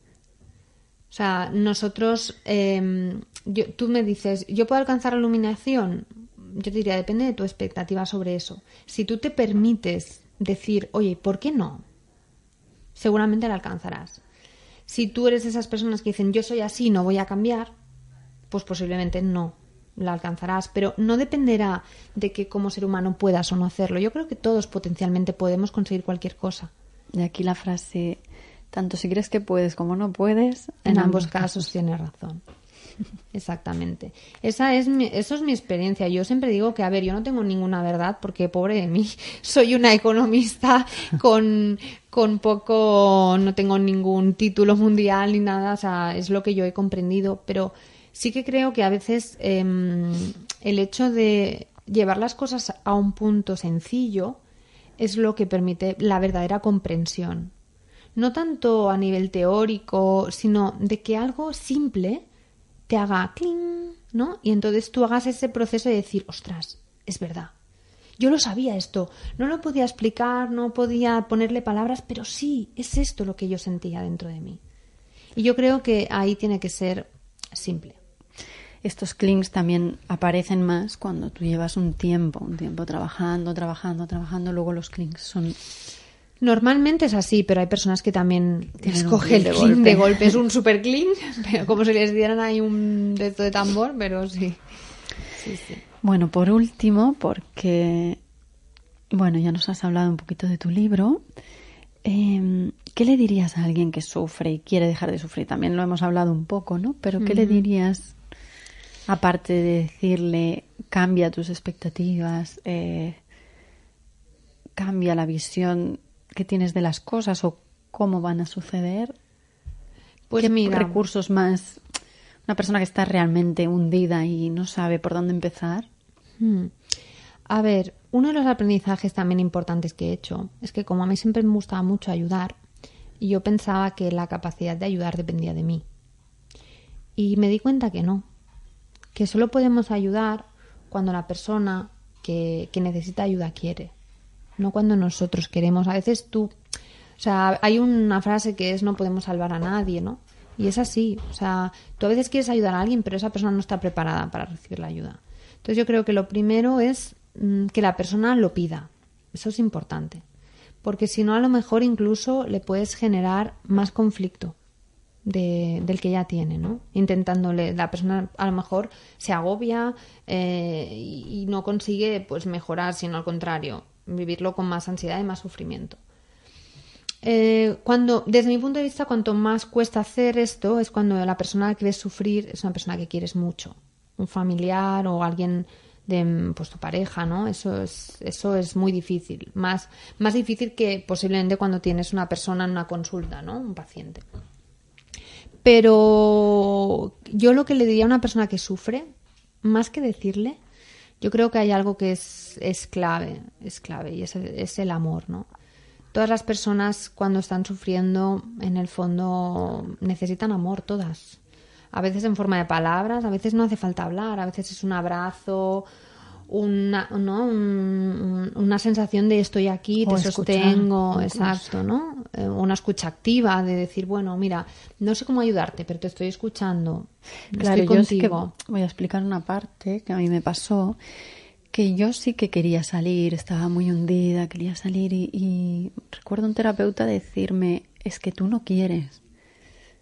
O sea, nosotros... Eh, yo, tú me dices, ¿yo puedo alcanzar la iluminación? Yo te diría, depende de tu expectativa sobre eso. Si tú te permites decir, oye, ¿por qué no? Seguramente la alcanzarás. Si tú eres de esas personas que dicen, yo soy así, no voy a cambiar, pues posiblemente no la alcanzarás, pero no dependerá de que como ser humano puedas o no hacerlo. Yo creo que todos potencialmente podemos conseguir cualquier cosa. Y aquí la frase, tanto si crees que puedes como no puedes, En, en ambos, ambos casos, casos tienes razón. Exactamente. Esa es mi, eso es mi experiencia. Yo siempre digo que, a ver, yo no tengo ninguna verdad porque, pobre de mí, soy una economista con, con poco, no tengo ningún título mundial ni nada, o sea, es lo que yo he comprendido, pero sí que creo que a veces eh, el hecho de llevar las cosas a un punto sencillo es lo que permite la verdadera comprensión. No tanto a nivel teórico, sino de que algo simple te haga cling, ¿no? Y entonces tú hagas ese proceso de decir, ostras, es verdad. Yo lo sabía esto, no lo podía explicar, no podía ponerle palabras, pero sí, es esto lo que yo sentía dentro de mí. Y yo creo que ahí tiene que ser simple. Estos clings también aparecen más cuando tú llevas un tiempo, un tiempo trabajando, trabajando, trabajando, luego los clings son... Normalmente es así, pero hay personas que también escogen el de cling golpe. de golpe. Es un super cling, pero como si les dieran ahí un dedo de tambor, pero sí. Sí, sí. Bueno, por último, porque, bueno, ya nos has hablado un poquito de tu libro, eh, ¿qué le dirías a alguien que sufre y quiere dejar de sufrir? También lo hemos hablado un poco, ¿no? Pero ¿qué uh-huh. le dirías, aparte de decirle, cambia tus expectativas, eh, cambia la visión que tienes de las cosas o cómo van a suceder? Pues ¿Qué mira, recursos más? Una persona que está realmente hundida y no sabe por dónde empezar. Hmm. A ver, uno de los aprendizajes también importantes que he hecho es que como a mí siempre me gustaba mucho ayudar, y yo pensaba que la capacidad de ayudar dependía de mí. Y me di cuenta que no, que solo podemos ayudar cuando la persona que, que necesita ayuda quiere. No cuando nosotros queremos. A veces tú, o sea, hay una frase que es no podemos salvar a nadie, ¿no? Y es así. O sea, tú a veces quieres ayudar a alguien, pero esa persona no está preparada para recibir la ayuda. Entonces yo creo que lo primero es mmm, que la persona lo pida. Eso es importante. Porque si no, a lo mejor incluso le puedes generar más conflicto de, del que ya tiene, ¿no? Intentándole, la persona a lo mejor se agobia eh, y, y no consigue pues mejorar, sino al contrario, vivirlo con más ansiedad y más sufrimiento. Eh, cuando, desde mi punto de vista, cuanto más cuesta hacer esto es cuando la persona que ves sufrir es una persona que quieres mucho, un familiar o alguien de pues tu pareja, ¿no? Eso es, eso es muy difícil, más, más difícil que posiblemente cuando tienes una persona en una consulta, ¿no? Un paciente. Pero yo lo que le diría a una persona que sufre, más que decirle, yo creo que hay algo que es, es clave, es clave y es el, es el amor, ¿no? Todas las personas cuando están sufriendo, en el fondo, necesitan amor, todas. A veces en forma de palabras, a veces no hace falta hablar, a veces es un abrazo, una, ¿no? un, una sensación de estoy aquí, te sostengo, exacto, ¿no? Una escucha activa de decir, bueno, mira, no sé cómo ayudarte, pero te estoy escuchando, claro, estoy yo contigo. Sí que voy a explicar una parte que a mí me pasó, que yo sí que quería salir, estaba muy hundida, quería salir y, y recuerdo un terapeuta decirme, es que tú no quieres.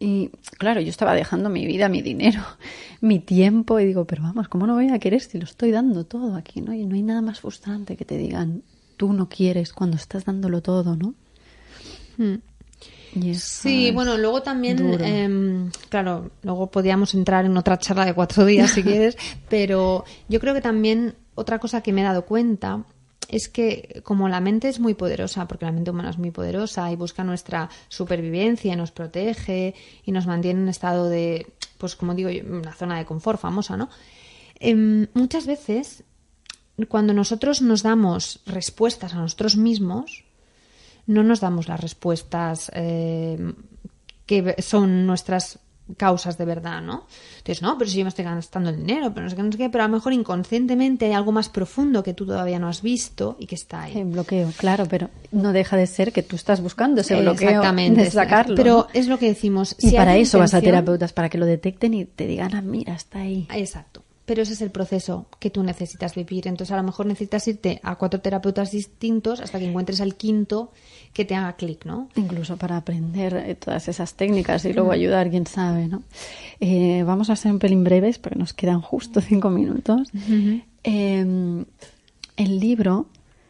Y claro, yo estaba dejando mi vida, mi dinero, mi tiempo y digo, pero vamos, ¿cómo no voy a querer si lo estoy dando todo aquí, ¿no? Y no hay nada más frustrante que te digan, tú no quieres cuando estás dándolo todo, ¿no? Mm. Y eso Sí, es bueno, luego también, duro. eh, claro, luego podríamos entrar en otra charla de cuatro días si quieres, pero yo creo que también otra cosa que me he dado cuenta es que como la mente es muy poderosa, porque la mente humana es muy poderosa y busca nuestra supervivencia y nos protege y nos mantiene en un estado de, pues como digo yo, una zona de confort famosa, ¿no? Eh, muchas veces, cuando nosotros nos damos respuestas a nosotros mismos, no nos damos las respuestas eh, que son nuestras causas de verdad, ¿no? Entonces, no, pero si yo me estoy gastando el dinero, pero no sé qué, no sé qué, pero a lo mejor inconscientemente hay algo más profundo que tú todavía no has visto y que está ahí. El bloqueo, claro, pero no deja de ser que tú estás buscando ese bloqueo Exactamente, de sacarlo. pero ¿no? es lo que decimos. Y si para hay eso vas a intención- terapeutas, para que lo detecten y te digan, ah, mira, está ahí. Exacto. Pero ese es el proceso que tú necesitas vivir. Entonces, a lo mejor necesitas irte a cuatro terapeutas distintos hasta que encuentres al quinto que te haga clic, ¿no? Incluso para aprender eh, todas esas técnicas y luego ayudar, quién sabe, ¿no? Eh, vamos a ser un pelín breves porque nos quedan justo cinco minutos. Uh-huh. Eh, el libro,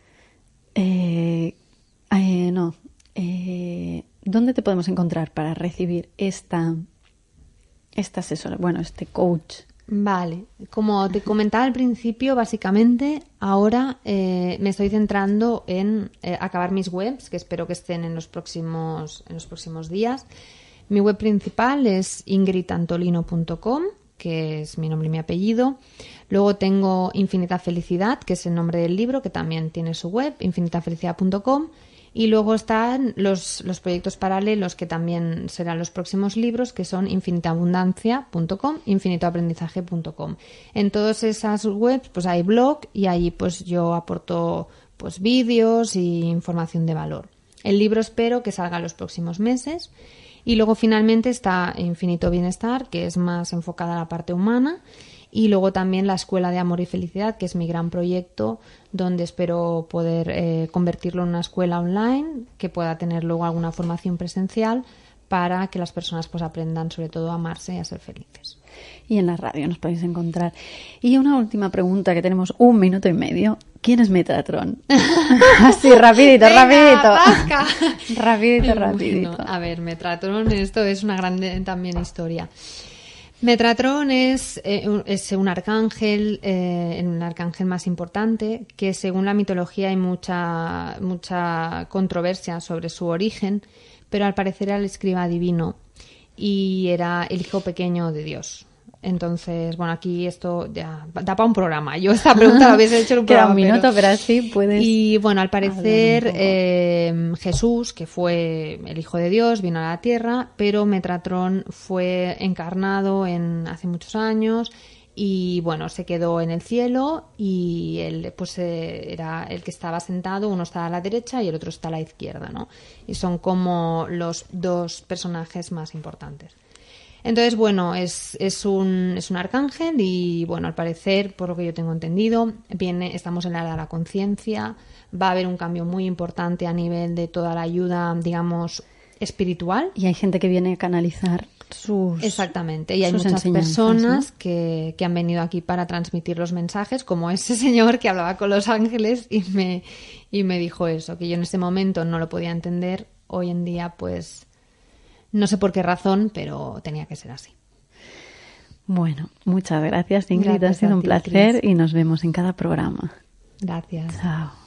eh, eh, no, eh, ¿dónde te podemos encontrar para recibir esta, esta asesora, bueno, este coach? Vale, como te comentaba al principio, básicamente ahora eh, me estoy centrando en eh, acabar mis webs, que espero que estén en los próximos, en los próximos días. Mi web principal es ingrid antolino punto com, que es mi nombre y mi apellido. Luego tengo Infinita Felicidad, que es el nombre del libro, que también tiene su web, infinita felicidad punto com. Y luego están los, los proyectos paralelos, que también serán los próximos libros, que son infinita abundancia punto com, infinito aprendizaje punto com. En todas esas webs pues hay blog y allí pues yo aporto pues vídeos y información de valor. El libro espero que salga los próximos meses. Y luego finalmente está Infinito Bienestar, que es más enfocada a la parte humana. Y luego también la Escuela de Amor y Felicidad, que es mi gran proyecto, donde espero poder eh, convertirlo en una escuela online, que pueda tener luego alguna formación presencial para que las personas pues aprendan sobre todo a amarse y a ser felices. Y en la radio nos podéis encontrar. Y una última pregunta, que tenemos un minuto y medio. ¿Quién es Metatron? Así, rapidito, ¡Venga, rapidito. vasca! rapidito, Bueno, rapidito. a ver, Metatron, esto es una grande también historia. Metatron es, eh, un, es un arcángel, eh, el arcángel más importante, que según la mitología hay mucha, mucha controversia sobre su origen, pero al parecer era el escriba divino y era el hijo pequeño de Dios. Entonces, bueno, aquí esto ya da para un programa. Yo esta pregunta la hubiese hecho en un Queda programa. un minuto, pero... pero así puedes. Y bueno, al parecer hablar un poco. eh, Jesús, que fue el Hijo de Dios, vino a la Tierra, pero Metatron fue encarnado en hace muchos años y bueno, se quedó en el cielo y él pues eh, era el que estaba sentado, uno está a la derecha y el otro está a la izquierda, ¿no? Y son como los dos personajes más importantes. Entonces, bueno, es, es, un, es un arcángel y, bueno, al parecer, por lo que yo tengo entendido, viene, estamos en la era de la conciencia, va a haber un cambio muy importante a nivel de toda la ayuda, digamos, espiritual. Y hay gente que viene a canalizar sus. Exactamente, y hay sus muchas enseñanzas, personas ¿no? que, que han venido aquí para transmitir los mensajes, como ese señor que hablaba con los ángeles y me, y me dijo eso, que yo en ese momento no lo podía entender, hoy en día, pues... No sé por qué razón, pero tenía que ser así. Bueno, muchas gracias, Ingrid. Gracias ha sido a un ti, placer Cris. y nos vemos en cada programa. Gracias. Chao.